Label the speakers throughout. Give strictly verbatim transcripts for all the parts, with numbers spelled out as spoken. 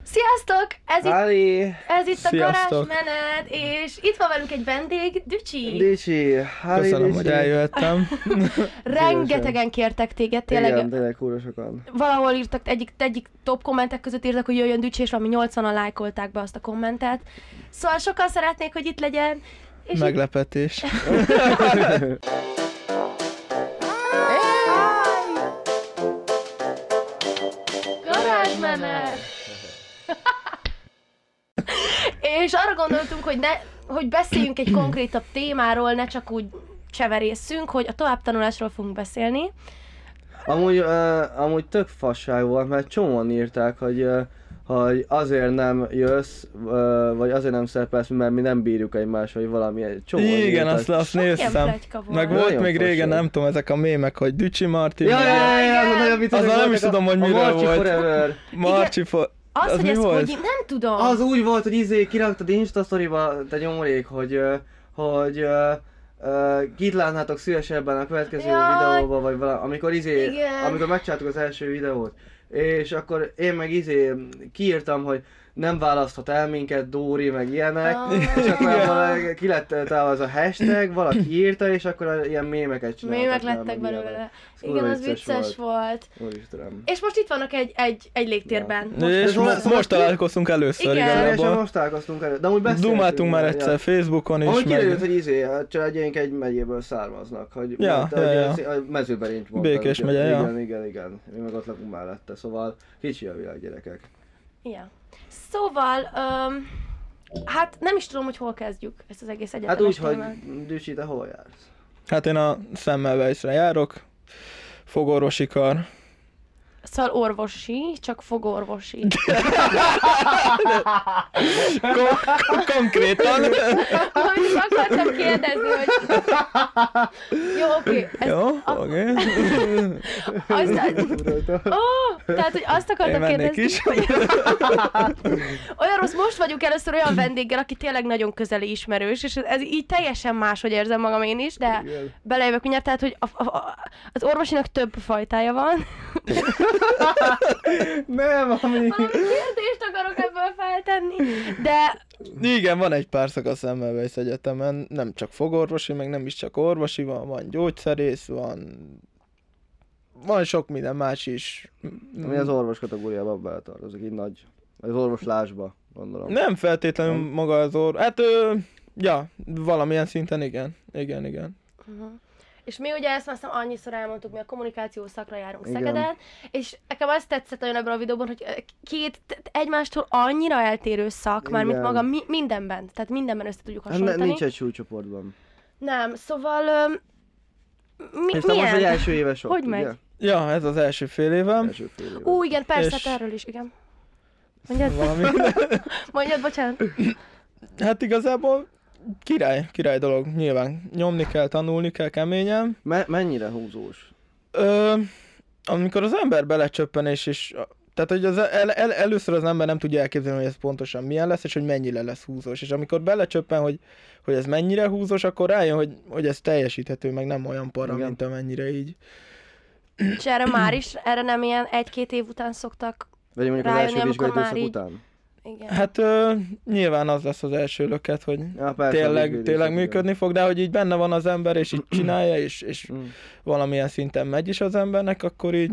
Speaker 1: Sziasztok! Ez
Speaker 2: Háli!
Speaker 1: itt, ez itt a
Speaker 3: Sziasztok!
Speaker 1: garázsmenet, és itt van velünk egy vendég, Dücsi.
Speaker 2: Dicsi! Háli,
Speaker 3: Köszönöm,
Speaker 2: Dicsi.
Speaker 3: hogy eljöttem.
Speaker 1: Rengetegen kértek téged, tényleg.
Speaker 2: Igen, tényleg kurva sokan.
Speaker 1: Valahol írtak, egyik, egyik top kommentek között írtak, hogy jöjjön Dücsi, és valami nyolcvanan lájkolták be azt a kommentet. Szóval sokan szeretnék, hogy itt legyen. És
Speaker 3: Meglepetés.
Speaker 1: Garázsmenet! És arra gondoltunk, hogy, ne, hogy beszéljünk egy konkrétabb témáról, ne csak úgy cseverészünk, hogy a továbbtanulásról fogunk beszélni.
Speaker 2: Amúgy, uh, amúgy tök fasság volt, mert csomóan írták, hogy, uh, hogy azért nem jössz, uh, vagy azért nem szerepelsz, mert mi nem bírjuk egymást, vagy valami. Csomóan
Speaker 3: Igen,
Speaker 2: írták.
Speaker 3: azt, azt
Speaker 1: Sok ilyen
Speaker 3: néztem.
Speaker 1: pletyka volt.
Speaker 3: Meg volt
Speaker 2: Nagyon
Speaker 3: még régen,
Speaker 2: fasság.
Speaker 3: nem tudom, ezek a mémek, hogy Dücsi Marti.
Speaker 2: Ja,
Speaker 3: meg
Speaker 2: ja, ja,
Speaker 3: ilyen-
Speaker 2: ja, az a nagyon vicces
Speaker 3: Azzal nem
Speaker 2: voltak
Speaker 3: is tudom, hogy
Speaker 2: a,
Speaker 3: miről
Speaker 2: a Marci
Speaker 3: volt.
Speaker 2: Forever.
Speaker 3: Marcsi for...
Speaker 1: Az,
Speaker 3: az
Speaker 1: hogy
Speaker 3: mi
Speaker 1: ezt
Speaker 3: volt?
Speaker 1: hogy nem tudom.
Speaker 2: Az úgy volt, hogy izé kiraktad Insta sztoriba, te nyomorék, hogy, uh, hogy uh, uh, kit látnátok szívesebben a következő
Speaker 1: Jaj.
Speaker 2: videóban, vagy valami, amikor izé,
Speaker 1: Igen.
Speaker 2: amikor megcsináltuk az első videót. És akkor én meg izé kiírtam, hogy nem választhat el minket Dóri, meg ilyenek,
Speaker 1: Ah.
Speaker 2: és akkor abban ki lett találva az a hashtag, valaki írta, és akkor ilyen mémeket csináltak.
Speaker 1: Mémek
Speaker 2: rá,
Speaker 1: lettek
Speaker 2: meg
Speaker 1: belőle.
Speaker 2: ilyenek. Ez
Speaker 1: Igen,
Speaker 2: kurva
Speaker 1: az vicces volt.
Speaker 2: volt. Úristenem.
Speaker 1: És most itt vannak egy, egy, egy légtérben.
Speaker 2: Ja.
Speaker 1: Most
Speaker 3: És
Speaker 2: Ez
Speaker 3: mo-
Speaker 2: most-
Speaker 3: most találkoztunk először
Speaker 1: Igen.
Speaker 2: Teljesen
Speaker 3: igazából.
Speaker 2: most találkoztunk elő, de amúgy beszéltünk.
Speaker 3: Dumáltunk már
Speaker 2: ja.
Speaker 3: egyszer Facebookon is,
Speaker 2: Ahogy kiderült,
Speaker 3: meg
Speaker 2: hogy izé, a családjaink egy megyéből származnak, hogy
Speaker 3: Ja,
Speaker 2: mert,
Speaker 3: ja,
Speaker 2: hogy
Speaker 3: ja.
Speaker 2: ez a mezőberényt mondtad.
Speaker 3: Békés
Speaker 2: ugye?
Speaker 3: megye, ja.
Speaker 2: Igen, igen, igen. Mi meg ott lakunk mellette, szóval kicsi a világ, gyerekek.
Speaker 1: Ja. Szóval, um, hát nem is tudom, hogy hol kezdjük ezt az egész
Speaker 2: Hát
Speaker 1: egyetemes
Speaker 2: úgy, hogy
Speaker 1: témát.
Speaker 2: Dücsi, te hol jársz?
Speaker 3: hát én a Semmelweisre járok. Fogorvosi kar.
Speaker 1: Szóval orvosi, csak fogorvosi.
Speaker 3: Kon- kon- konkrétan.
Speaker 1: Amit akartam kérdezni, hogy... Jó, oké. Okay.
Speaker 3: Jó, oké.
Speaker 1: Azt... Oh, tehát, hogy azt
Speaker 3: Én
Speaker 1: akartam
Speaker 3: mennék
Speaker 1: kérdezni,
Speaker 3: is.
Speaker 1: hogy... Olyan rossz, most vagyunk először olyan vendéggel, aki tényleg nagyon közeli ismerős, és ez így teljesen máshogy érzem magam én is, de
Speaker 2: Igen.
Speaker 1: belejövök mindjárt, tehát, hogy a, a, a, az orvosinak több fajtája van.
Speaker 2: Nem, ami...
Speaker 1: Valami kérdést akarok ebből feltenni, de
Speaker 3: Igen, van egy pár szak a Semmelweis Egyetemen, nem csak fogorvosi, meg nem is csak orvosi, van, van gyógyszerész, van... Van sok minden más is.
Speaker 2: Ami az orvos kategóriába beletartozik, így nagy. Az orvoslásba, gondolom.
Speaker 3: Nem feltétlenül
Speaker 2: Nem.
Speaker 3: maga az orvos, hát ö, ja, valamilyen szinten igen, igen, igen.
Speaker 1: Uh-huh. És mi ugye ezt már aztán annyiszor elmondtuk, mi a kommunikáció szakra járunk
Speaker 2: Igen.
Speaker 1: Szegeden, és nekem azt tetszett nagyon ebben a videóban, hogy két t- egymástól annyira eltérő szak, már mint
Speaker 2: Igen.
Speaker 1: maga mi- mindenben, tehát mindenben össze tudjuk
Speaker 2: Hát ne,
Speaker 1: hasonlítani.
Speaker 2: nincs egy súlycsoportban.
Speaker 1: Nem, szóval öm, mi,
Speaker 2: És te most egy
Speaker 1: milyen?
Speaker 2: első éves ott,
Speaker 1: Hogy
Speaker 2: ugye?
Speaker 1: megy?
Speaker 3: Ja, ez az első fél évem.
Speaker 2: Első fél éves.
Speaker 1: Ú, igen, persze,
Speaker 3: És-
Speaker 1: hát erről is, igen. Mondjad,
Speaker 3: Valami.
Speaker 1: mondjad, bocsánat.
Speaker 3: Hát igazából király, király dolog, nyilván. Nyomni kell, tanulni kell keményen.
Speaker 2: Me- mennyire húzós?
Speaker 3: Ö, amikor az ember belecsöppen és is, tehát hogy az el, el, először az ember nem tudja elképzelni, hogy ez pontosan milyen lesz, és hogy mennyire lesz húzós. És amikor belecsöppen, hogy, hogy ez mennyire húzós, akkor rájön, hogy, hogy ez teljesíthető, meg nem olyan para,
Speaker 2: Igen.
Speaker 3: mint amennyire így.
Speaker 1: És erre már is, erre nem ilyen egy-két év után szoktak,
Speaker 2: Vagy mondjuk az
Speaker 1: Rájönni,
Speaker 2: első
Speaker 1: amikor
Speaker 2: vizsgai
Speaker 1: már
Speaker 2: időszak
Speaker 1: így-
Speaker 2: után?
Speaker 1: igen.
Speaker 3: Hát ö, nyilván az lesz az első löket, hogy
Speaker 2: Ja, persze, a
Speaker 3: tényleg,
Speaker 2: vizsgai
Speaker 3: tényleg
Speaker 2: időszak,
Speaker 3: működni fog, de hogy így benne van az ember, és így csinálja, és, és
Speaker 2: igen. Mm.
Speaker 3: valamilyen szinten megy is az embernek, akkor így...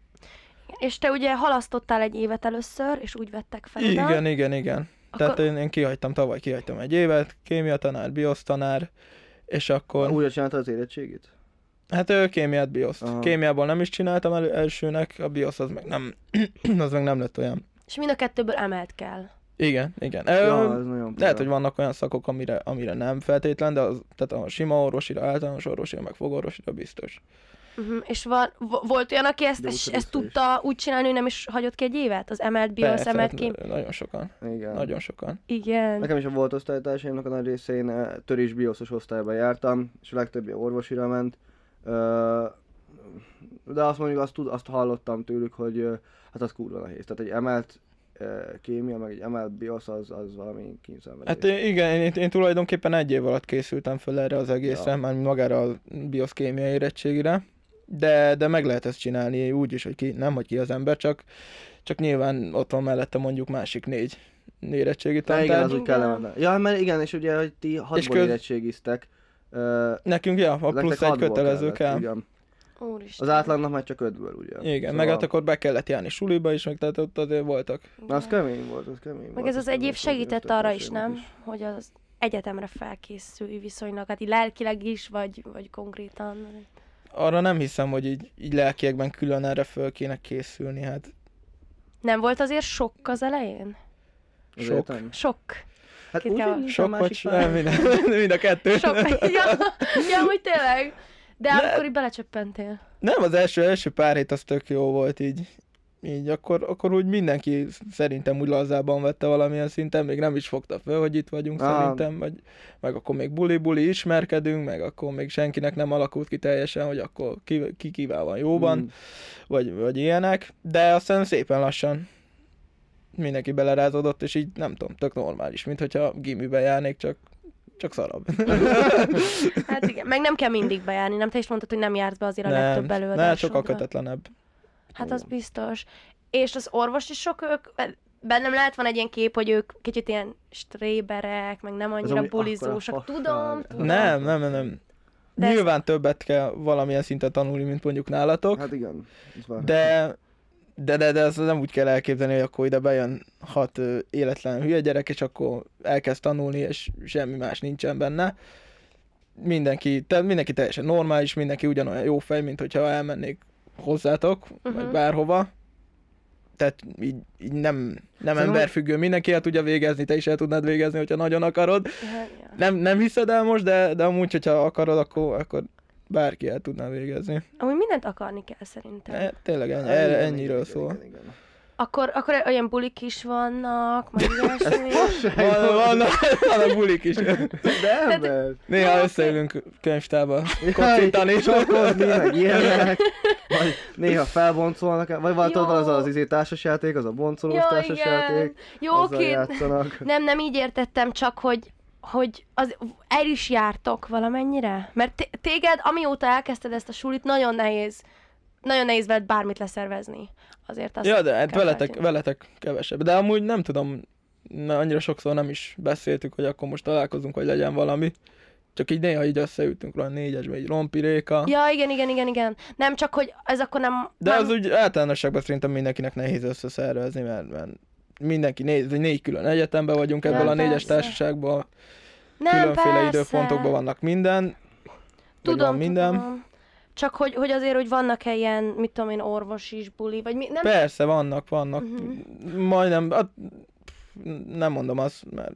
Speaker 1: És te ugye halasztottál egy évet először, és úgy vettek fel oda.
Speaker 3: Igen, igen, igen. Tehát
Speaker 1: Akkor-
Speaker 3: én, én kihagytam, tavaly kihagytam egy évet, kémia tanár, biosz tanár, és akkor...
Speaker 2: Újra csinálta az érettségit?
Speaker 3: Hát ő kémiát, bioszt.
Speaker 2: Aha.
Speaker 3: Kémiából nem is csináltam elő, elsőnek, a biosz az meg nem, az meg nem lett olyan.
Speaker 1: És mind a kettőből emelt kell.
Speaker 3: Igen, igen.
Speaker 2: Ja,
Speaker 3: Ö,
Speaker 2: ez nagyon
Speaker 3: lehet, hogy vannak olyan szakok, amire, amire nem feltétlen, de az, tehát a sima orvosira, általános orvosira, meg fogorvosira biztos.
Speaker 1: Uh-huh. És van, vo- volt olyan, aki ezt,
Speaker 2: De
Speaker 1: ezt,
Speaker 2: úgyhogy
Speaker 1: ezt
Speaker 2: vissza is.
Speaker 1: tudta úgy csinálni, hogy nem is hagyott ki egy évet? Az emelt biosz,
Speaker 3: Persze,
Speaker 1: emelt
Speaker 3: hát
Speaker 1: kém...
Speaker 3: nagyon sokan,
Speaker 2: Igen.
Speaker 3: nagyon sokan.
Speaker 1: Igen.
Speaker 2: Nekem is a volt osztálytársaimnak a nagy része, én eh, törés bioszos osztályba jártam, és a legtöbbje orvosira ment. Ö, De azt mondjuk, azt, tud, azt hallottam tőlük, hogy ö, hát az kurva nehéz. Tehát egy emelt ö, kémia, meg egy emelt biosz, az, az valami kínszenvedés.
Speaker 3: Hát én- igen, én, én tulajdonképpen egy év alatt készültem fel erre az egészre,
Speaker 2: Ja.
Speaker 3: már magára a bioszkémia érettségire. de, de meg lehet ezt csinálni úgy is, hogy ki, nem hogy ki az ember, csak, csak nyilván ott van mellette mondjuk másik négy érettségi
Speaker 2: Na, igen,
Speaker 3: tantárgy.
Speaker 2: az úgy kellemetlen. Ja, mert igen, és ugye, hogy ti hatból
Speaker 3: köz-
Speaker 2: érettségiztek. Uh,
Speaker 3: Nekünk, ja, a plusz egy kötelező kell.
Speaker 2: Igen.
Speaker 1: Úristen.
Speaker 2: Az átlagnak már csak ötből, ugye.
Speaker 3: Igen,
Speaker 2: Szóval...
Speaker 3: meg hát akkor be kellett járni suliba is, meg tehát ott azért voltak.
Speaker 2: Na, az kemény volt, az kemény
Speaker 1: Meg
Speaker 2: volt.
Speaker 1: ez az
Speaker 2: az
Speaker 1: egy év
Speaker 2: az
Speaker 1: segített
Speaker 2: az
Speaker 1: arra
Speaker 2: az
Speaker 1: is,
Speaker 2: az
Speaker 1: nem?
Speaker 2: is.
Speaker 1: Hogy az egyetemre felkészülj viszonylag, hát így lelkileg is, vagy, vagy konkrétan.
Speaker 3: Arra nem hiszem, hogy így, így lelkiekben külön erre föl kéne készülni, hát
Speaker 1: Nem volt azért sok az elején?
Speaker 2: Az
Speaker 3: sok.
Speaker 2: egyetem?
Speaker 1: Sok.
Speaker 2: Hát
Speaker 1: Két
Speaker 2: úgy,
Speaker 1: kell-
Speaker 2: hogy nincs a
Speaker 3: Sok vagy,
Speaker 2: másik
Speaker 3: nem,
Speaker 2: fel.
Speaker 3: mind, mind a kettő.
Speaker 1: Sok. ja, ja, hogy tényleg. De
Speaker 3: Ne.
Speaker 1: akkor így belecsöppentél.
Speaker 3: Nem, az első, első pár hét az tök jó volt így. Így akkor, akkor úgy mindenki szerintem úgy lazában vette valamilyen szinten, még nem is fogta föl, hogy itt vagyunk
Speaker 2: Ah.
Speaker 3: szerintem, vagy, meg akkor még buli-buli ismerkedünk, meg akkor még senkinek nem alakult ki teljesen, hogy akkor ki, ki kivel van jóban,
Speaker 2: Mm.
Speaker 3: vagy, vagy ilyenek, de aztán szépen lassan mindenki belerázódott, és így nem tudom, tök normális, mint hogyha gimibe járnék, csak, csak szarabb.
Speaker 1: Hát igen, meg nem kell mindig bejárni, nem? Te is mondtad, hogy nem jársz be azért a legtöbb
Speaker 3: nem,
Speaker 1: előadásodra.
Speaker 3: sokkal kötetlenebb.
Speaker 1: Hát az biztos. És az orvos is sok ők, bennem lehet van egy ilyen kép, hogy ők kicsit ilyen stréberek, meg nem annyira
Speaker 2: ami
Speaker 1: bulizósak.
Speaker 2: akkora
Speaker 1: Tudom,
Speaker 2: fasság.
Speaker 1: tudom.
Speaker 3: Nem, nem, nem, nem.
Speaker 1: De ez-
Speaker 3: Nyilván többet kell valamilyen szinten tanulni, mint mondjuk nálatok,
Speaker 2: Hát igen. ez várható.
Speaker 3: de, de, de, de ezt nem úgy kell elképzelni, hogy akkor ide bejön hat ö, életlen hülye gyerek, és akkor elkezd tanulni, és semmi más nincsen benne. Mindenki, te, mindenki teljesen normális, mindenki ugyanolyan jó fej, mint hogyha elmennék hozzátok, uh-huh. vagy
Speaker 1: Mhm.
Speaker 3: bárhova. Tehát így, így nem, nem
Speaker 2: Szerintem-
Speaker 3: emberfüggő, mindenki el tudja végezni, te is el tudnád végezni, hogyha nagyon akarod.
Speaker 1: Hát, ja.
Speaker 3: Nem, nem hiszed el most, de, de amúgy, hogyha akarod, akkor, akkor bárki el tudná végezni.
Speaker 1: Amúgy mindent akarni kell szerintem.
Speaker 3: E, tényleg ennyi,
Speaker 2: Hát
Speaker 3: erre,
Speaker 2: igen,
Speaker 3: ennyiről
Speaker 2: igen,
Speaker 3: szól.
Speaker 2: igen, igen.
Speaker 1: Akkor, akkor olyan bulik is vannak, meg ilyesmi.
Speaker 3: Van, vannak, vannak bulik is.
Speaker 2: De ember!
Speaker 3: Néha összeülünk könyvtárba kocintani.
Speaker 2: Sokozni, meg ilyenek. Vagy néha felboncolnak, vagy van
Speaker 1: Jó.
Speaker 2: tudod, az az izé társasjáték, az a boncolós
Speaker 1: Ja,
Speaker 2: társasjáték.
Speaker 1: Jó,
Speaker 2: Azzal
Speaker 1: oké.
Speaker 2: játszanak.
Speaker 1: Nem, nem így értettem, csak hogy, hogy az, el is jártok valamennyire? Mert té- téged, amióta elkezdted ezt a sulit, nagyon nehéz, nagyon nehéz veled bármit leszervezni. Azért azt
Speaker 3: Ja, de hát
Speaker 1: kell
Speaker 3: veletek,
Speaker 1: feltétlenül.
Speaker 3: veletek kevesebb. De amúgy nem tudom, na, annyira sokszor nem is beszéltük, hogy akkor most találkozunk, hogy legyen valami. Csak így néha így összeültünk rá négyesbe, így Rompi, Réka.
Speaker 1: Ja, igen, igen, igen, igen. Nem csak, hogy ez akkor nem...
Speaker 3: De
Speaker 1: nem...
Speaker 3: az úgy általánosságban szerintem mindenkinek nehéz összeszervezni, mert, mert mindenki négy, négy külön egyetemben vagyunk,
Speaker 1: Ja,
Speaker 3: ebből a négyes
Speaker 1: persze.
Speaker 3: társaságban
Speaker 1: nem,
Speaker 3: különféle
Speaker 1: persze.
Speaker 3: időpontokban vannak minden. Vagy
Speaker 1: Tudom,
Speaker 3: van minden.
Speaker 1: tudom. Csak hogy, hogy azért, hogy vannak-e ilyen, mit tudom én, orvos is, buli, vagy mi, nem...
Speaker 3: Persze, vannak, vannak.
Speaker 1: Mhm.
Speaker 3: Majdnem, hát, nem mondom azt, mert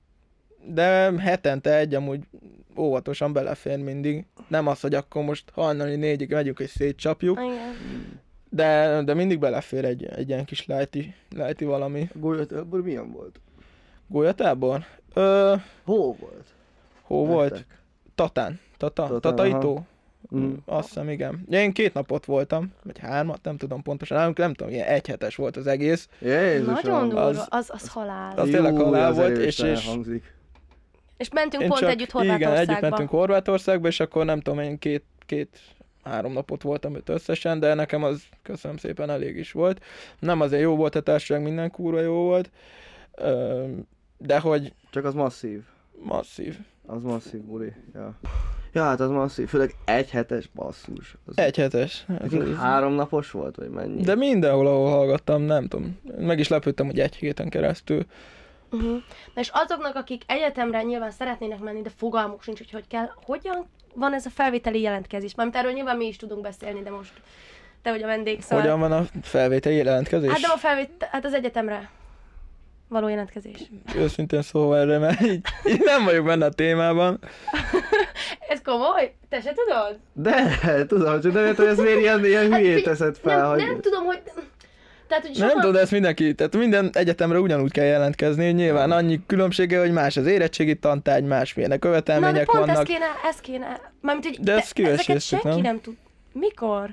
Speaker 3: de hetente egy amúgy óvatosan belefér mindig. Nem az, hogy akkor most hajnali négyig megyünk és szétcsapjuk,
Speaker 1: Igen.
Speaker 3: de, de mindig belefér egy, egy ilyen kis lighty, lighty valami.
Speaker 2: Gólyatábor milyen volt?
Speaker 3: Gólyatábor? Ö,
Speaker 2: Hol volt?
Speaker 3: hol volt?
Speaker 2: Nektek?
Speaker 3: Tatán. Tata,
Speaker 2: Tatán,
Speaker 3: Tataitó?
Speaker 2: Mm.
Speaker 3: Azt hiszem, igen. Ja, én két napot voltam, vagy hármat, nem tudom pontosan, nem, nem tudom, ilyen egyhetes volt az egész.
Speaker 2: Jézusom.
Speaker 1: Nagyon durva,
Speaker 3: az-
Speaker 1: az, az halál.
Speaker 3: az tényleg halál
Speaker 2: az
Speaker 3: volt,
Speaker 2: erősen
Speaker 3: és- és-
Speaker 2: hangzik.
Speaker 1: És mentünk
Speaker 3: Én
Speaker 1: pont
Speaker 3: csak,
Speaker 1: együtt
Speaker 3: igen,
Speaker 1: Horvátországba.
Speaker 3: együtt mentünk Horvátországba, és akkor nem tudom, én két, két három napot voltam ott összesen, de nekem az, köszönöm szépen, elég is volt. Nem azért jó volt a társaság, minden kurva jó volt, Ö, de hogy
Speaker 2: Csak az masszív.
Speaker 3: masszív.
Speaker 2: Az masszív buli. Ja. Ja, hát az masszív. Főleg egy hetes basszus. Az
Speaker 3: Egy hetes. Ez
Speaker 2: nekünk
Speaker 3: az-
Speaker 2: három napos volt, vagy mennyi?
Speaker 3: De mindenhol, ahol hallgattam, nem tudom. Meg is lepődtem, hogy egy héten keresztül.
Speaker 1: Uh-huh. Na és azoknak, akik egyetemre nyilván szeretnének menni, de fogalmuk sincs, hogy hogy kell, hogyan van ez a felvételi jelentkezés? Mármint erről nyilván mi is tudunk beszélni, de most te vagy a vendég, szóval...
Speaker 3: Hogyan van a felvételi jelentkezés?
Speaker 1: Hát nem a felvét, hát az egyetemre való jelentkezés.
Speaker 3: Őszintén szóval erre, mert így, így nem vagyok benne a témában.
Speaker 1: Ez komoly? Te se tudod?
Speaker 2: De, tudom, csak nem értem, hogy ez miért ilyen, ilyen hülyét
Speaker 1: figy-
Speaker 2: teszed fel,
Speaker 1: nem,
Speaker 2: hogy...
Speaker 1: nem tudom, hogy... Tehát, hogy
Speaker 3: Nem
Speaker 1: sokan...
Speaker 3: tudom, de ezt mindenki, tehát minden egyetemre ugyanúgy kell jelentkezni, nyilván annyi különbsége, hogy más az érettségi tantárgy, más milyenek
Speaker 1: Na, de
Speaker 3: követelmények
Speaker 1: pont
Speaker 3: vannak.
Speaker 1: ezt kéne, ezt kéne... Mármint, hogy
Speaker 3: De ezt
Speaker 1: ezeket
Speaker 3: kiveséztük,
Speaker 1: senki
Speaker 3: nem?
Speaker 1: nem tud. Mikor?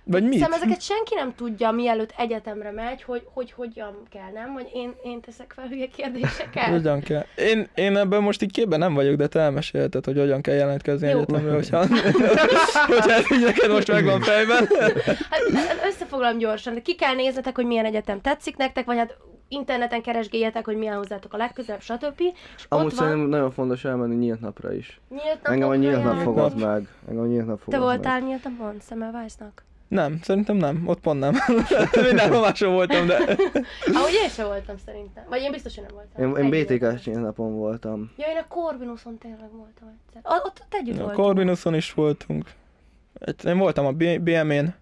Speaker 3: Vagy mit?
Speaker 1: Szerintem ezeket senki nem tudja, mielőtt egyetemre megy, hogy, hogy hogyan kell, nem? Hogy én, én teszek fel hülye kérdéseket.
Speaker 3: Hogyan kell? Én, én ebben most így képben nem vagyok, de te elmesélted, hogy hogyan kell jelentkezni
Speaker 1: Jó.
Speaker 3: egyetemre, hogyha, hogyha ez így neked most megvan fejben.
Speaker 1: Hát összefoglalom gyorsan, de ki kell néznetek, hogy milyen egyetem tetszik nektek, vagy hát interneten keresgéljetek, hogy milyen hozzátok a legközelebb, stb. És
Speaker 2: Amúgy
Speaker 1: ott van,
Speaker 2: szerintem nagyon fontos elmenni nyílt napra is.
Speaker 1: nyílt
Speaker 2: Engem a
Speaker 1: napokra
Speaker 2: nyílt nap
Speaker 1: jár.
Speaker 2: fogott meg. Engem a nyílt nap
Speaker 1: Te
Speaker 2: fogott
Speaker 1: voltál
Speaker 2: meg.
Speaker 1: nyílt napon Semmelweisnak?
Speaker 3: Nem, szerintem nem. Ott pont nem. Mindenhol máshol voltam, de...
Speaker 1: Ahogy én sem voltam szerintem. Vagy én biztos, hogy nem voltam.
Speaker 2: Én, én
Speaker 1: Együtt
Speaker 2: bé té
Speaker 1: voltam.
Speaker 2: kás nyílt napon voltam.
Speaker 1: Ja, én a Corvinuson tényleg voltam egyszer. Ott, ott együtt
Speaker 3: A
Speaker 1: voltunk.
Speaker 3: Corvinuson is voltunk. Egy- Én voltam a bé em én.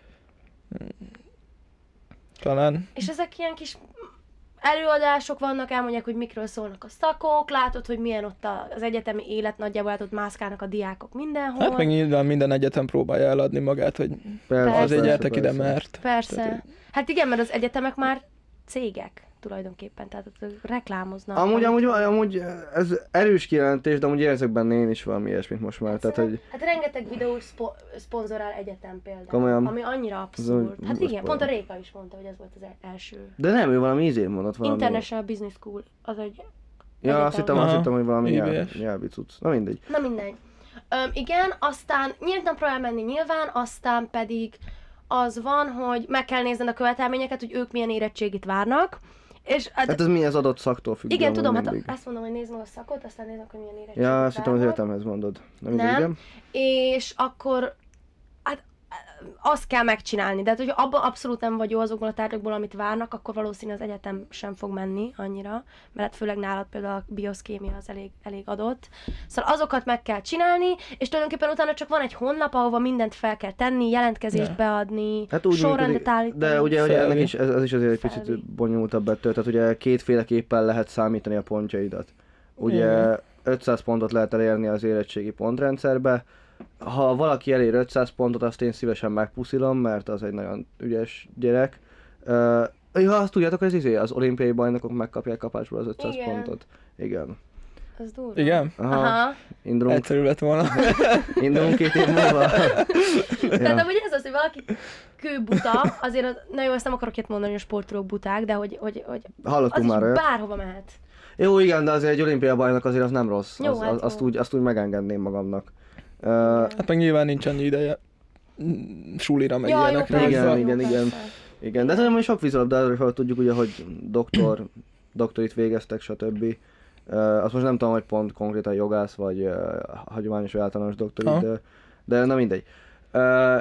Speaker 3: Talán.
Speaker 1: És ezek ilyen kis előadások vannak, elmondják, hogy mikről szólnak a szakok, látod, hogy milyen ott a- az egyetemi élet, nagyjából hát ott mászkálnak a diákok mindenhol.
Speaker 3: Hát meg nyilván minden egyetem próbálja eladni magát, hogy
Speaker 2: Persze,
Speaker 1: Persze.
Speaker 3: azért gyertek
Speaker 2: persze.
Speaker 3: ide, mert...
Speaker 1: Persze.
Speaker 3: Tehát,
Speaker 1: Hát igen, mert az egyetemek már cégek tulajdonképpen, tehát ott ők reklámoznak.
Speaker 2: Amúgy,
Speaker 1: amit-
Speaker 2: amúgy, amúgy ez erős kijelentés, de amúgy érzek benne én is valami ilyesmit most már. Tehát, hogy
Speaker 1: Hát rengeteg videós szpo- szponzorál egyetem például,
Speaker 2: Komolyan?
Speaker 1: ami annyira abszurd.
Speaker 2: úgy-
Speaker 1: Hát
Speaker 2: úgy
Speaker 1: igen,
Speaker 2: az
Speaker 1: pont a
Speaker 2: baj.
Speaker 1: Réka is mondta, hogy ez volt az e- első.
Speaker 2: de nem, ő valami ízét mondott valami.
Speaker 1: International Business School, az egy
Speaker 2: Ja,
Speaker 1: egyetem.
Speaker 2: azt hittem, azt
Speaker 3: Aha,
Speaker 2: hittem, hogy valami
Speaker 3: i bé
Speaker 2: nyelv,
Speaker 3: es.
Speaker 2: nyelvi cucc. Na mindegy.
Speaker 1: Na mindegy. Öm, igen, aztán nyílt napra elmenni nyilván, aztán pedig az van, hogy meg kell nézned a követelményeket, hogy ők milyen érettségit várnak. És hát,
Speaker 2: Hát ez mi az adott szaktól függ.
Speaker 1: igen,
Speaker 2: amúgy
Speaker 1: tudom, hát
Speaker 2: mindig.
Speaker 1: azt mondom, hogy nézd meg a szakot, aztán nézd meg, hogy milyen érettségit
Speaker 2: Ja, azt hittem, hogy
Speaker 1: várnak.
Speaker 2: értelmez mondod. Na mindegy,
Speaker 1: Nem.
Speaker 2: igen.
Speaker 1: És akkor hát azt kell megcsinálni, de hát, hogy abban abszolút nem vagy jó azokból a tárgyakból, amit várnak, akkor valószínű az egyetem sem fog menni annyira, mert hát főleg nálad például a bioszkémia az elég, elég adott. Szóval azokat meg kell csinálni, és tulajdonképpen utána csak van egy honlap, ahova mindent fel kell tenni, jelentkezést
Speaker 3: Ja.
Speaker 1: beadni,
Speaker 2: Hát úgy
Speaker 1: sorrendet
Speaker 2: működik,
Speaker 1: állítani.
Speaker 2: de ugye hogy ennek
Speaker 3: Felvi.
Speaker 2: is, ez, ez is azért egy
Speaker 1: Felvi.
Speaker 2: picit bonyolultabb ettől, tehát ugye kétféleképpen lehet számítani a pontjaidat. Ugye
Speaker 3: Igen.
Speaker 2: ötszáz pontot lehet elérni az érettségi pontrendszerbe, ha valaki elér ötszáz pontot, azt én szívesen megpuszilom, mert az egy nagyon ügyes gyerek. Uh, ja, azt tudjátok, hogy az izé, az olimpiai bajnokok megkapják kapásból az ötszáz
Speaker 1: Igen.
Speaker 2: pontot. Igen.
Speaker 1: Az durva.
Speaker 3: Igen?
Speaker 2: Aha,
Speaker 1: Aha.
Speaker 2: indulunk,
Speaker 3: Egyszerű lett volna.
Speaker 2: indulunk két év múlva.
Speaker 1: Tehát
Speaker 2: ja.
Speaker 1: amúgy ez az, hogy valaki kőbuta, azért, az, na jó, ezt nem akarok itt mondani, hogy a sportolók buták, de hogy, hogy, hogy az
Speaker 2: Hallottunk
Speaker 1: is
Speaker 2: már olyat.
Speaker 1: bárhova mehet.
Speaker 2: Jó, igen, de azért egy olimpiai bajnok azért az nem rossz.
Speaker 1: Jó,
Speaker 2: Az,
Speaker 1: hát
Speaker 2: az, azt,
Speaker 1: jó.
Speaker 2: úgy, azt úgy megengedném magamnak. Uh,
Speaker 3: Hát meg nyilván nincs annyi ideje mm, sulira, meg
Speaker 1: Ja, jó,
Speaker 3: ilyenekre.
Speaker 1: persze,
Speaker 2: Igen,
Speaker 1: jó,
Speaker 2: igen, igen.
Speaker 1: persze.
Speaker 2: igen, de tudom, hogy sok vízilabdáról tudjuk ugye, hogy doktor, doktorit végeztek, stb. Uh, azt most nem tudom, hogy pont konkrétan jogász, vagy uh, hagyományos vagy általános doktorit,
Speaker 3: Aha.
Speaker 2: de, de na mindegy. Uh,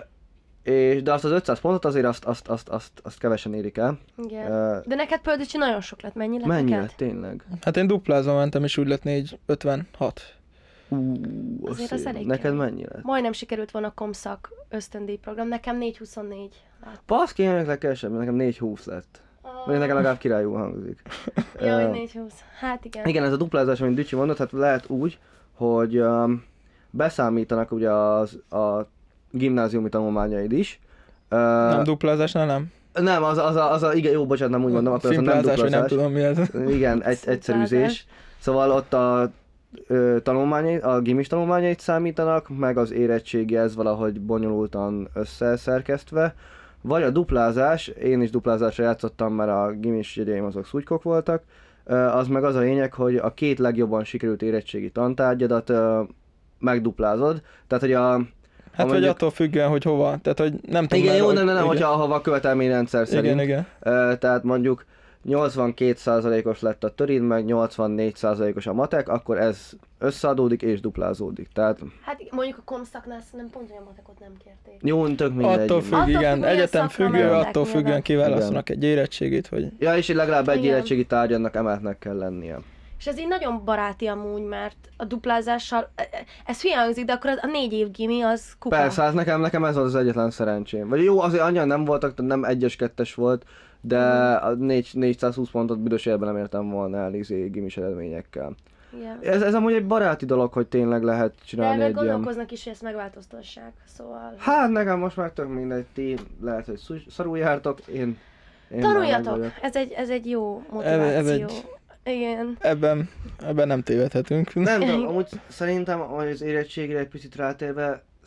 Speaker 2: és, de azt az ötszáz pontot azért azt, azt, azt, azt, azt kevesen érik el.
Speaker 1: Igen.
Speaker 2: Uh,
Speaker 1: De neked például nagyon sok lett, mennyi lett
Speaker 2: mennyi
Speaker 1: neked?
Speaker 2: lett tényleg?
Speaker 3: Hát én duplázva mentem, és úgy lett négy ötvenhat.
Speaker 2: Ú,
Speaker 1: Azért
Speaker 2: az
Speaker 1: az
Speaker 2: szép.
Speaker 1: elég
Speaker 2: Neked
Speaker 1: kemény.
Speaker 2: mennyi lett?
Speaker 1: Majdnem sikerült volna a komszak ösztöndíj program, nekem négy huszonnégy lett.
Speaker 2: Baszki, ennek legkevesebb, nekem négy húsz lett. Vagy nekem legalább királyul hangzik.
Speaker 1: Jó,
Speaker 2: Ö,
Speaker 1: hogy négy húsz. Hát igen.
Speaker 2: Igen, ez a duplázás, amit Dücsi mondott, hát lehet úgy, hogy um, beszámítanak ugye az, a gimnáziumi tanulmányaid is. Uh,
Speaker 3: Nem duplázásnál nem?
Speaker 2: nem, az, az, a, az a, igen, jó, bocsánat, nem úgy mondom, akkor az a nem
Speaker 3: Szimplázás, vagy nem
Speaker 2: duplázás.
Speaker 3: tudom mi ez.
Speaker 2: Igen, egy, egyszerűzés. Szóval ott a ö, tanulmányait, a gimis tanulmányait számítanak, meg az érettségi ez valahogy bonyolultan összeszerkesztve. Vagy a duplázás, én is duplázásra játszottam, mert a gimis jegyeim azok szutykok voltak, ö, az meg az a lényeg, hogy a két legjobban sikerült érettségi tantárgyadat ö, megduplázod. Tehát, hogy a...
Speaker 3: Hát vagy
Speaker 2: mondjuk-
Speaker 3: attól függően, hogy hova. Tehát, hogy nem tudom.
Speaker 2: igen,
Speaker 3: mert
Speaker 2: jó,
Speaker 3: hogy-
Speaker 2: nem, nem, nem,
Speaker 3: igen.
Speaker 2: hogyha ahova a követelményrendszer szerint.
Speaker 3: Igen, igen.
Speaker 2: Ö, tehát mondjuk nyolcvankét százalékos lett a törid, meg nyolcvannégy százalékos a matek, akkor ez összeadódik és duplázódik. Tehát
Speaker 1: Hát mondjuk a komszaknál szerintem pont olyan matekot nem kérték.
Speaker 2: jó, tök mindegy.
Speaker 3: Attól függ,
Speaker 1: Attól függ,
Speaker 3: igen.
Speaker 1: milyen
Speaker 3: Egyetem
Speaker 1: szakra
Speaker 3: függő,
Speaker 1: mentek,
Speaker 3: attól függően
Speaker 1: nyilván.
Speaker 3: kiválasztanak egy érettségit, hogy...
Speaker 2: Ja, és így legalább egy
Speaker 1: Igen.
Speaker 2: érettségi tárgyadnak emeltnek kell lennie.
Speaker 1: És ez így nagyon baráti amúgy, mert a duplázással, ez hülye hangzik, de akkor az, a négy év gimi az kupa.
Speaker 2: Persze, hát nekem, nekem ez volt az egyetlen szerencsém. Vagy jó, azért annyian nem voltak, tehát nem egyes-kettes volt, de a négy, négyszázhúsz pontot büdös életben nem értem volna el izé, gimis eredményekkel.
Speaker 1: Igen.
Speaker 2: Ez, ez amúgy egy baráti dolog, hogy tényleg lehet
Speaker 1: De
Speaker 2: csinálni
Speaker 1: elvileg
Speaker 2: egy ilyen...
Speaker 1: gondolkoznak is, hogy ezt megváltoztassák, szóval...
Speaker 2: Hát nekem most már tök mindegy, ti lehet, hogy szú- szarul jártok, én... én már meg
Speaker 1: Tanuljatok!
Speaker 2: vagyok.
Speaker 1: Ez egy, ez egy jó
Speaker 3: Ez,
Speaker 1: motiváció.
Speaker 3: ez egy...
Speaker 1: Igen.
Speaker 3: Ebben, ebben nem tévedhetünk.
Speaker 2: Nem tudom, amúgy szerintem, hogy az érettségre egy picit rátérve,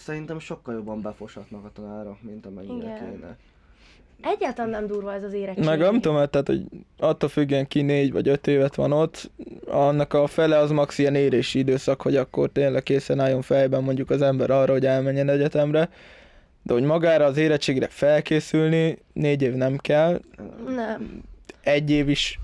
Speaker 2: szerintem sokkal jobban befoshatnak a tanárok, mint amennyire
Speaker 1: Igen.
Speaker 2: kéne.
Speaker 1: Egyáltalán nem durva ez az érettség.
Speaker 3: Meg nem tudom, tehát, hogy attól függően ki négy vagy öt évet van ott, annak a fele az max ilyen érési időszak, hogy akkor tényleg készen álljon fejben mondjuk az ember arra, hogy elmenjen egyetemre. De hogy magára az érettségre felkészülni, négy év nem kell,
Speaker 1: Nem.
Speaker 3: egy év is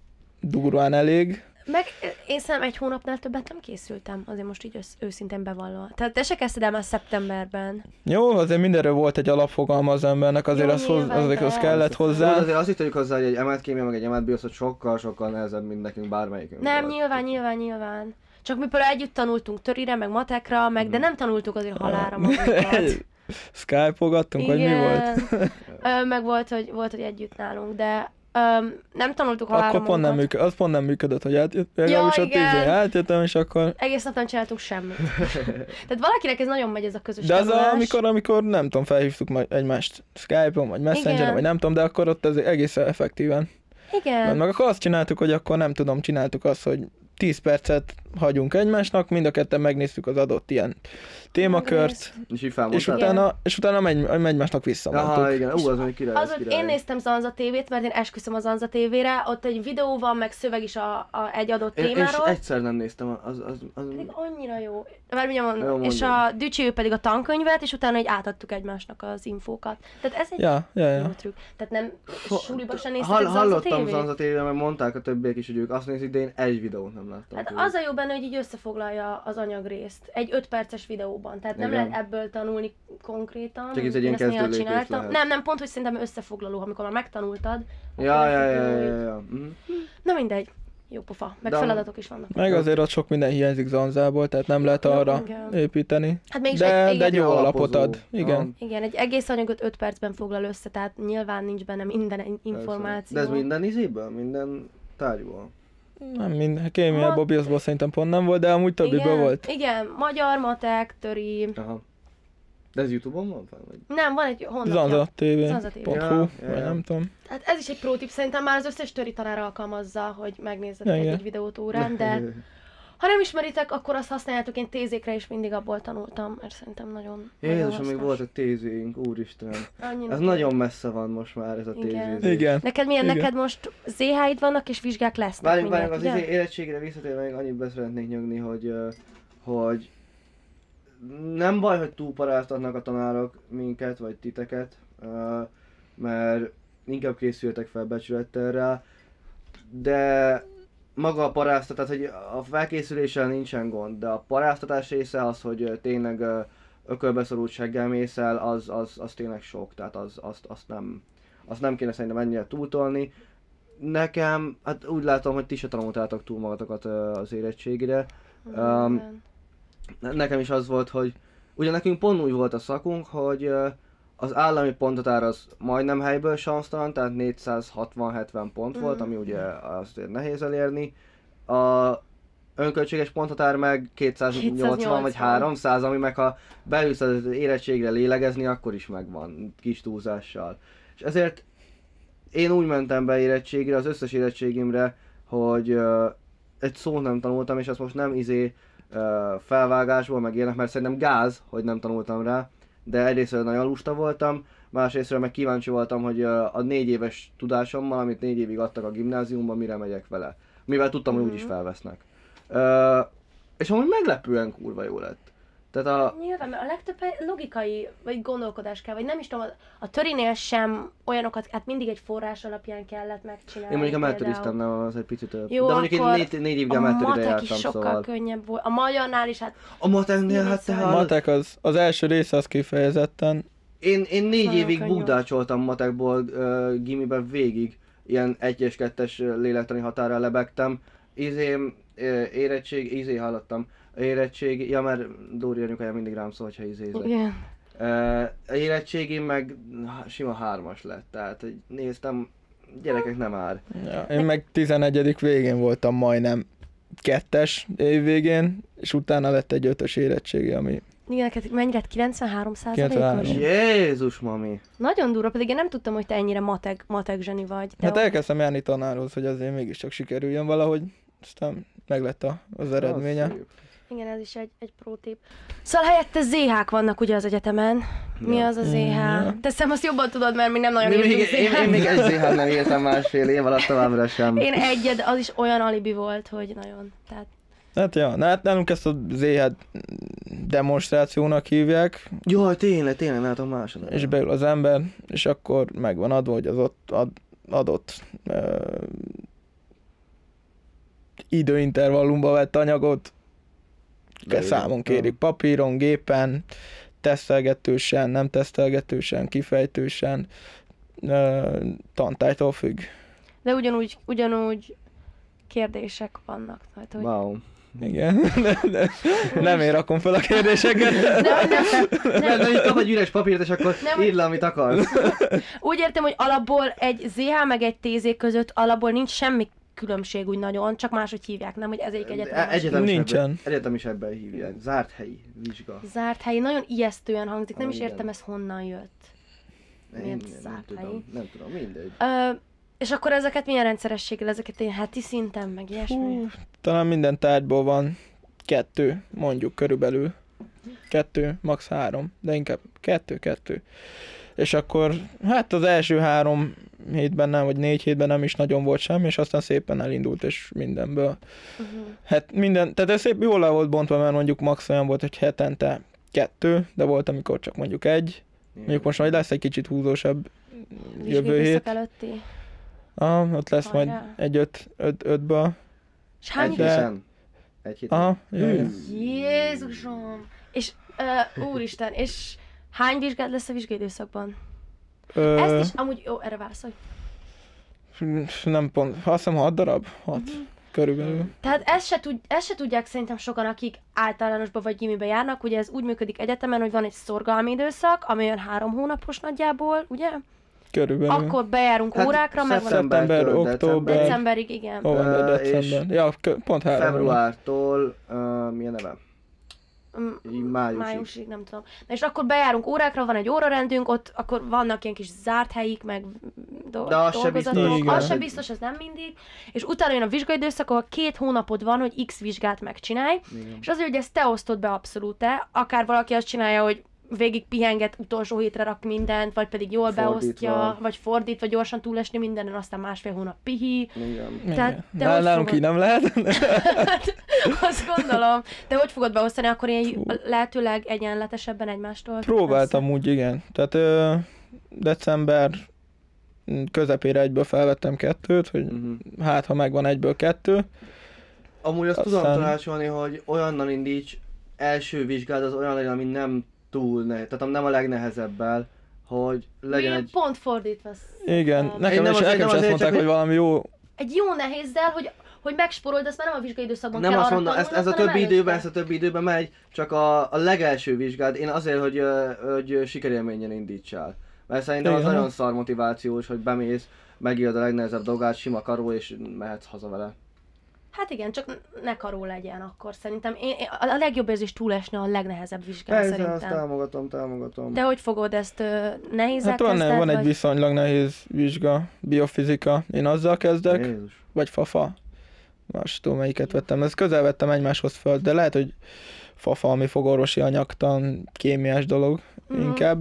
Speaker 3: durván elég.
Speaker 1: Meg én szerintem egy hónapnál többet nem készültem, azért most így össz, őszintén bevallva. Tehát te se kezdted el már szeptemberben.
Speaker 3: Jó, azért mindenről volt egy alapfogalma az embernek, azért
Speaker 1: Jó,
Speaker 3: az, hoz,
Speaker 1: nyilván,
Speaker 3: azért az
Speaker 1: de-
Speaker 3: kellett
Speaker 2: Jó,
Speaker 3: hozzá.
Speaker 2: azért azt tegyük hozzá, hogy egy emelt kémia meg egy emelt biosz, hogy sokkal-sokkal nehezebb, mint nekünk bármelyikünk.
Speaker 1: Nem,
Speaker 2: volt.
Speaker 1: nyilván, nyilván, nyilván. Csak mi például együtt tanultunk törire, meg matekra, meg, de nem tanultuk azért halára magunkat.
Speaker 3: Skype-ogattunk, vagy mi volt?
Speaker 1: Ö, meg volt, hogy, volt, hogy együtt nálunk, de öm, nem tanultuk halára
Speaker 3: Akkor pont nem,
Speaker 1: magunkat.
Speaker 3: működ, az pont nem működött, hogy átjött, legalábbis ott
Speaker 1: igen.
Speaker 3: izé átjöttem, és akkor...
Speaker 1: Egész nap nem csináltunk semmit. Tehát valakinek ez nagyon megy, ez a közös
Speaker 3: De az
Speaker 1: tanulás.
Speaker 3: a, amikor, amikor nem tudom, felhívtuk majd egymást Skype-on, vagy Messengeren,
Speaker 1: Igen.
Speaker 3: vagy nem tudom, de akkor ott ez egész effektíven.
Speaker 1: Igen.
Speaker 3: Meg akkor azt csináltuk, hogy akkor nem tudom, csináltuk azt, hogy tíz percet hagyunk egymásnak, mind a ketten megnéztük az adott ilyen témakört,
Speaker 2: És így
Speaker 3: és
Speaker 2: felmondtál?
Speaker 3: utána, és utána megy, egymásnak visszamondtuk.
Speaker 2: Aha, igen, ú, az még király,
Speaker 1: Az,
Speaker 2: az
Speaker 1: hogy
Speaker 2: király.
Speaker 1: én néztem Zanza tévét, mert én esküszöm a Zanza tévére, ott egy videó van, meg szöveg is a, a egy adott
Speaker 2: Én, én
Speaker 1: témáról.
Speaker 2: egyszer nem néztem, az, az, az...
Speaker 1: Pedig annyira jó. Várj, mindjárt
Speaker 2: Jó,
Speaker 1: mondom. És
Speaker 2: mondjad.
Speaker 1: a Dücsi ő pedig a tankönyvet, és utána így átadtuk egymásnak az infókat. Tehát ez egy
Speaker 3: Ja, ja,
Speaker 1: jó
Speaker 3: ja.
Speaker 1: trükk. Tehát nem suliba sem
Speaker 2: Hall,
Speaker 1: néztetek Zanza
Speaker 2: hallottam
Speaker 1: tévét?
Speaker 2: Zanza tévében, mert mondták a többiek is, hogy ők azt nézik, de én egy videót nem láttam.
Speaker 1: Hát
Speaker 2: tőlük.
Speaker 1: az a jó benne, hogy így összefoglalja az anyagrészt. Egy öt perces videóban. Tehát nem
Speaker 2: Igen.
Speaker 1: lehet ebből tanulni konkrétan.
Speaker 2: Csak ez egy
Speaker 1: Én
Speaker 2: ilyen
Speaker 1: ezt néha
Speaker 2: kezdő lépés
Speaker 1: csináltam.
Speaker 2: lehet.
Speaker 1: Nem, nem, pont, hogy szerintem összefoglaló, amikor már megtanultad.
Speaker 2: Ja,
Speaker 1: akkor
Speaker 2: ja, ja,
Speaker 1: összefoglaló,
Speaker 2: ja,
Speaker 1: hogy-
Speaker 2: ja, ja. Mhm.
Speaker 1: Na mindegy. Jó pofa. Meg
Speaker 2: De-
Speaker 1: feladatok is vannak.
Speaker 3: Meg azért ott sok minden hiányzik Zanzából, tehát nem lehet arra
Speaker 1: igen.
Speaker 3: építeni.
Speaker 1: Hát mégis
Speaker 3: De,
Speaker 1: egy,
Speaker 3: de egy
Speaker 1: igen,
Speaker 3: jó
Speaker 2: Alapozó.
Speaker 3: alapot ad. Igen.
Speaker 2: Aha.
Speaker 1: igen, egy egész anyagot öt percben foglal össze, tehát nyilván nincs benne minden
Speaker 2: Persze.
Speaker 1: információ.
Speaker 2: De ez minden izéből? Minden tárgyból?
Speaker 3: Nem mind, kémiából,
Speaker 1: Ma-
Speaker 3: bioszból szerintem pont nem volt, de amúgy többiből
Speaker 1: igen,
Speaker 3: volt.
Speaker 1: Igen, magyar, matek, töri.
Speaker 2: Aha. De ez Youtube-on van? Vagy?
Speaker 1: Nem, van egy honlapja.
Speaker 3: Zanza té vé
Speaker 1: Zanza té vé.
Speaker 3: pont
Speaker 2: Ja,
Speaker 3: hú,
Speaker 2: ja,
Speaker 3: vagy
Speaker 2: ja.
Speaker 3: nem tudom.
Speaker 1: Hát ez is egy pro tip, szerintem már az összes töri tanár alkalmazza, hogy megnézzetek
Speaker 3: Igen.
Speaker 1: egy videót órán, de ha nem ismeritek, akkor azt használjátok, én tézékre is mindig abból tanultam, mert szerintem nagyon, nagyon
Speaker 2: Jézus, amíg
Speaker 1: hasznos.
Speaker 2: volt a tézénk, úristen.
Speaker 1: Annyira
Speaker 2: Ez
Speaker 1: jó.
Speaker 2: nagyon messze van most már ez a
Speaker 1: Igen.
Speaker 2: tézézés.
Speaker 3: Igen.
Speaker 1: Neked milyen?
Speaker 3: Igen.
Speaker 1: Neked most zé há id vannak és vizsgák lesznek
Speaker 2: Várjunk,
Speaker 1: mindjárt,
Speaker 2: várjunk, az
Speaker 1: ugye?
Speaker 2: izé érettségre visszatérve még annyit be szeretnék nyögni, hogy, ö, hogy nem baj, hogy túlparáztatnak a tanárok minket, vagy titeket, ö, mert inkább készültek fel becsülettel rá, de maga a paráztatás, hogy a felkészüléssel nincsen gond, de a paráztatás része az, hogy ö, tényleg ö, ökölbeszorultsággel mész el, az, az, az tényleg sok, tehát az, azt, azt, nem, azt nem kéne szerintem ennyire túltolni. Nekem, hát úgy látom, hogy ti se tanultátok túl magatokat ö, az érettségire. Um,
Speaker 1: Igen.
Speaker 2: nekem is az volt, hogy ugye nekünk pont úgy volt a szakunk, hogy ö, az állami ponthatár az majdnem helyből sansztalan, tehát négyszázhatvan-hetven pont volt,
Speaker 1: Mhm.
Speaker 2: ami ugye azért nehéz elérni. A önköltséges ponthatár meg kétszáznyolcvan vagy
Speaker 1: kétszáznyolcvan.
Speaker 2: háromszáz, ami meg ha beülsz az érettségre lélegezni, akkor is megvan, kis túlzással. És ezért én úgy mentem be érettségre, az összes érettségimre, hogy uh, egy szót nem tanultam, és azt most nem izé uh, felvágásból meg ilyenek, mert szerintem gáz, hogy nem tanultam rá, de egyrésztről nagyon lusta voltam, másrésztről meg kíváncsi voltam, hogy uh, a négy éves tudásommal, amit négy évig adtak a gimnáziumban, mire megyek vele. Mivel tudtam, hogy úgyis felvesznek. Uh, és amúgy meglepően kurva jó lett. Tehát a...
Speaker 1: Nyilván, mert a legtöbb logikai, vagy gondolkodás kell, vagy nem is tudom, a, a törinél sem olyanokat, hát mindig egy forrás alapján kellett megcsinálni.
Speaker 2: Én mondjuk a
Speaker 1: például.
Speaker 2: metodiztem, nem, az egy picit több.
Speaker 1: Jó,
Speaker 2: de mondjuk
Speaker 1: akkor
Speaker 2: én négy, négy évig a
Speaker 1: A
Speaker 2: metodire
Speaker 1: matek
Speaker 2: jártam,
Speaker 1: is sokkal
Speaker 2: szóval.
Speaker 1: könnyebb volt. A magyarnál is, hát
Speaker 2: A mateknél, hát te
Speaker 1: A
Speaker 3: A
Speaker 2: hallod?
Speaker 3: matek az, az első része az kifejezetten,
Speaker 2: Én, én négy
Speaker 1: nagyon
Speaker 2: évig
Speaker 1: könnyű.
Speaker 2: bugdácsoltam matekból uh, gimiben végig. Ilyen egyes kettes lélektani határral lebegtem. Izém, uh, érettség, izé hallottam. Érettség, ja mert Dóri anyukája mindig rám szól, hogyha izézek.
Speaker 1: igen.
Speaker 2: Uh, érettségim meg sima hármas lett, tehát hogy néztem, gyerekek nem ár.
Speaker 3: ja, én meg tizenegyedik végén voltam majdnem kettes év végén, és utána lett egy ötös érettségi, ami
Speaker 1: Igen, neked mennyire? kilencvenhárom
Speaker 3: kilencvenhárom.
Speaker 1: százalékos?
Speaker 2: Jézus mami!
Speaker 1: Nagyon durva, pedig én nem tudtam, hogy te ennyire matek, matek zseni vagy. De
Speaker 3: hát elkezdtem járni tanárhoz, hogy azért mégiscsak sikerüljön valahogy, aztán meglett a, az eredménye.
Speaker 2: Az szép.
Speaker 1: Igen, ez is egy, egy pro tip. Szóval helyette zé hák vannak ugye az egyetemen. Mi
Speaker 2: Ja.
Speaker 1: az a zé há?
Speaker 3: Ja.
Speaker 1: Te szem azt jobban tudod, mert mi nem nagyon
Speaker 2: Még,
Speaker 1: írtunk
Speaker 2: még, én, én még
Speaker 1: zé há-t.
Speaker 2: egy zé há nem írtam másfél év alatt, továbbra sem.
Speaker 1: Én egyed, az is olyan alibi volt, hogy nagyon. Tehát
Speaker 3: Hát ja, hát nálunk ezt a zé há demonstrációnak hívják,
Speaker 2: Jaj, tényleg, tényleg, látom másodra.
Speaker 3: és beül az ember, és akkor megvan adva, hogy az ott ad, adott uh, időintervallumba vett anyagot
Speaker 2: Beírja.
Speaker 3: számon kérik papíron, gépen, tesztelgetősen, nem tesztelgetősen, kifejtősen, uh, tantárgytól függ.
Speaker 1: de ugyanúgy, ugyanúgy kérdések vannak. Tehát, hogy
Speaker 2: Wow.
Speaker 3: Igen, de, de nem én rakom fel a kérdéseket.
Speaker 1: nem, nem,
Speaker 2: Nem,
Speaker 1: nem,
Speaker 2: nem, így kap egy üres papírt, és akkor
Speaker 1: Nem.
Speaker 2: írd le, amit akarsz.
Speaker 1: úgy értem, hogy alapból egy zé há meg egy té zé között alapból nincs semmi különbség úgy nagyon, csak máshogy hívják, nem, hogy ez egyik egyetem. a másik.
Speaker 2: Egyetem is
Speaker 3: Nincsen.
Speaker 2: ebben- Egyetem is ebben hívják. Zárt helyi vizsga.
Speaker 1: Zárt helyi, nagyon ijesztően hangzik, nem
Speaker 2: Ah,
Speaker 1: is
Speaker 2: igen.
Speaker 1: értem ez honnan jött. Miért
Speaker 2: Én nem
Speaker 1: zárt helyi?
Speaker 2: tudom, nem tudom, mindegy.
Speaker 1: Ö, és akkor ezeket milyen rendszerességgel, ezeket ilyen heti szinten, meg ilyesmi?
Speaker 3: Hú, talán minden tárgyból van kettő, mondjuk körülbelül. Kettő, max. három, de inkább kettő, kettő. És akkor, hát az első három hétben nem, vagy négy hétben nem is nagyon volt semmi, és aztán szépen elindult, és mindenből.
Speaker 1: Uh-huh.
Speaker 3: Hát minden, tehát ez szép jól le volt bontva, mert mondjuk max. Olyan volt, hogy hetente kettő, de volt, amikor csak mondjuk egy. Mondjuk most majd lesz egy kicsit húzósabb jövő hét.
Speaker 1: előtti.
Speaker 3: Ah, ott lesz majd
Speaker 1: Hajrá.
Speaker 3: egy öt, öt, ötből.
Speaker 1: És hány
Speaker 2: Egy
Speaker 3: de-
Speaker 2: héten. Egy héten.
Speaker 3: Aha, jaj, jaj.
Speaker 1: Jézusom! És, uh, úristen, és hány vizsgád lesz a vizsgaidőszakban?
Speaker 3: Ö,
Speaker 1: Ezt is, amúgy, jó, erre válaszolj.
Speaker 3: Nem pont, azt hiszem hat darab? Hat.
Speaker 1: Mhm.
Speaker 3: Körülbelül.
Speaker 1: Tehát ezt se, tud, ezt se tudják szerintem sokan, akik általánosba vagy gimibe járnak. Ugye ez úgy működik egyetemen, hogy van egy szorgalmi időszak, ami olyan három hónapos nagyjából, ugye?
Speaker 3: Körülbelül.
Speaker 1: Akkor bejárunk
Speaker 2: Hát,
Speaker 1: órákra, meg van
Speaker 3: Szeptember,
Speaker 2: Szeptembertől
Speaker 3: október,
Speaker 1: decemberig, igen.
Speaker 3: november,
Speaker 2: Ö, és
Speaker 3: december. Ja, kö- pont három. hónap.
Speaker 2: Februártól, uh, milyen neve?
Speaker 1: Mm,
Speaker 2: Így májusig.
Speaker 1: Májusig, nem tudom. Na és akkor bejárunk órákra, van egy órarendünk, ott akkor vannak ilyen kis zárt helyik, meg do-
Speaker 2: De az se
Speaker 1: dolgozatok.
Speaker 2: biztos.
Speaker 3: Igen.
Speaker 1: Az se biztos, ez nem mindig. És utána jön a vizsgaidőszak, ahol két hónapod van, hogy X vizsgát megcsinálj.
Speaker 2: Igen.
Speaker 1: És azért, hogy ezt te osztod be abszolút-e, akár valaki azt csinálja, hogy végig pihenget, utolsó hétre rak mindent, vagy pedig jól
Speaker 2: Fordítva.
Speaker 1: beosztja, vagy fordítva, gyorsan túlesni mindenen, aztán másfél hónap pihi.
Speaker 2: Igen.
Speaker 3: Igen.
Speaker 1: Tehát te
Speaker 3: Nál-
Speaker 1: hogy
Speaker 3: Nálunk
Speaker 1: fogod?
Speaker 3: így nem lehet.
Speaker 1: Azt gondolom. De hogy fogod beosztani, akkor ilyen lehetőleg egyenletesebben egymástól?
Speaker 3: Próbáltam úgy, igen. Tehát ö, december közepére egyből felvettem kettőt, hogy
Speaker 2: Uh-huh.
Speaker 3: hát ha megvan egyből kettő.
Speaker 2: Amúgy azt tudom
Speaker 3: Aztán-
Speaker 2: tanácsolni, hogy olyannal indíts, első vizsgád az olyan legyen, ami nem túl nehéz, tehát nem a legnehezebbel, hogy legyen
Speaker 1: Mi
Speaker 2: egy...
Speaker 1: pont fordítva.
Speaker 3: Igen,
Speaker 1: Én
Speaker 3: nekem
Speaker 2: nem
Speaker 3: is,
Speaker 2: azért-
Speaker 3: nekem
Speaker 2: nem
Speaker 3: is azt
Speaker 2: azért,
Speaker 3: mondták,
Speaker 2: csak
Speaker 3: hogy valami jó.
Speaker 1: Egy jó nehézzel, hogy, hogy megsporold, azt már nem a vizsgaidőszakban
Speaker 2: Nem
Speaker 1: kell
Speaker 2: azt
Speaker 1: arra
Speaker 2: mondom, ez,
Speaker 1: tanulnod,
Speaker 2: ez a
Speaker 1: hanem
Speaker 2: többi időben,
Speaker 1: előtte.
Speaker 2: ez a többi időben megy, csak a, a legelső vizsgád, én azért, hogy, ö, hogy sikerélményen indítsál. Mert szerintem az
Speaker 3: Igen.
Speaker 2: nagyon szar motivációs, hogy bemész, megírod a legnehezebb dolgát, sima karó, és mehetsz haza vele.
Speaker 1: Hát igen, csak ne karó legyen akkor szerintem. Én, én, a legjobb érzés túlesni a legnehezebb vizsgán
Speaker 2: Persze, azt
Speaker 1: szerintem.
Speaker 2: támogatom, támogatom.
Speaker 1: De hogy fogod ezt ö, nehézzel
Speaker 3: Hát van,
Speaker 1: kezded,
Speaker 3: van egy
Speaker 1: vagy?
Speaker 3: viszonylag nehéz vizsga, biofizika. Én azzal kezdek,
Speaker 2: Jézus.
Speaker 3: vagy fafa. Most tudom, melyiket vettem. Ezt közel vettem egymáshoz föl, de lehet, hogy fafa, ami fogorvosi anyagtan, kémiás dolog
Speaker 1: Mhm.
Speaker 3: inkább.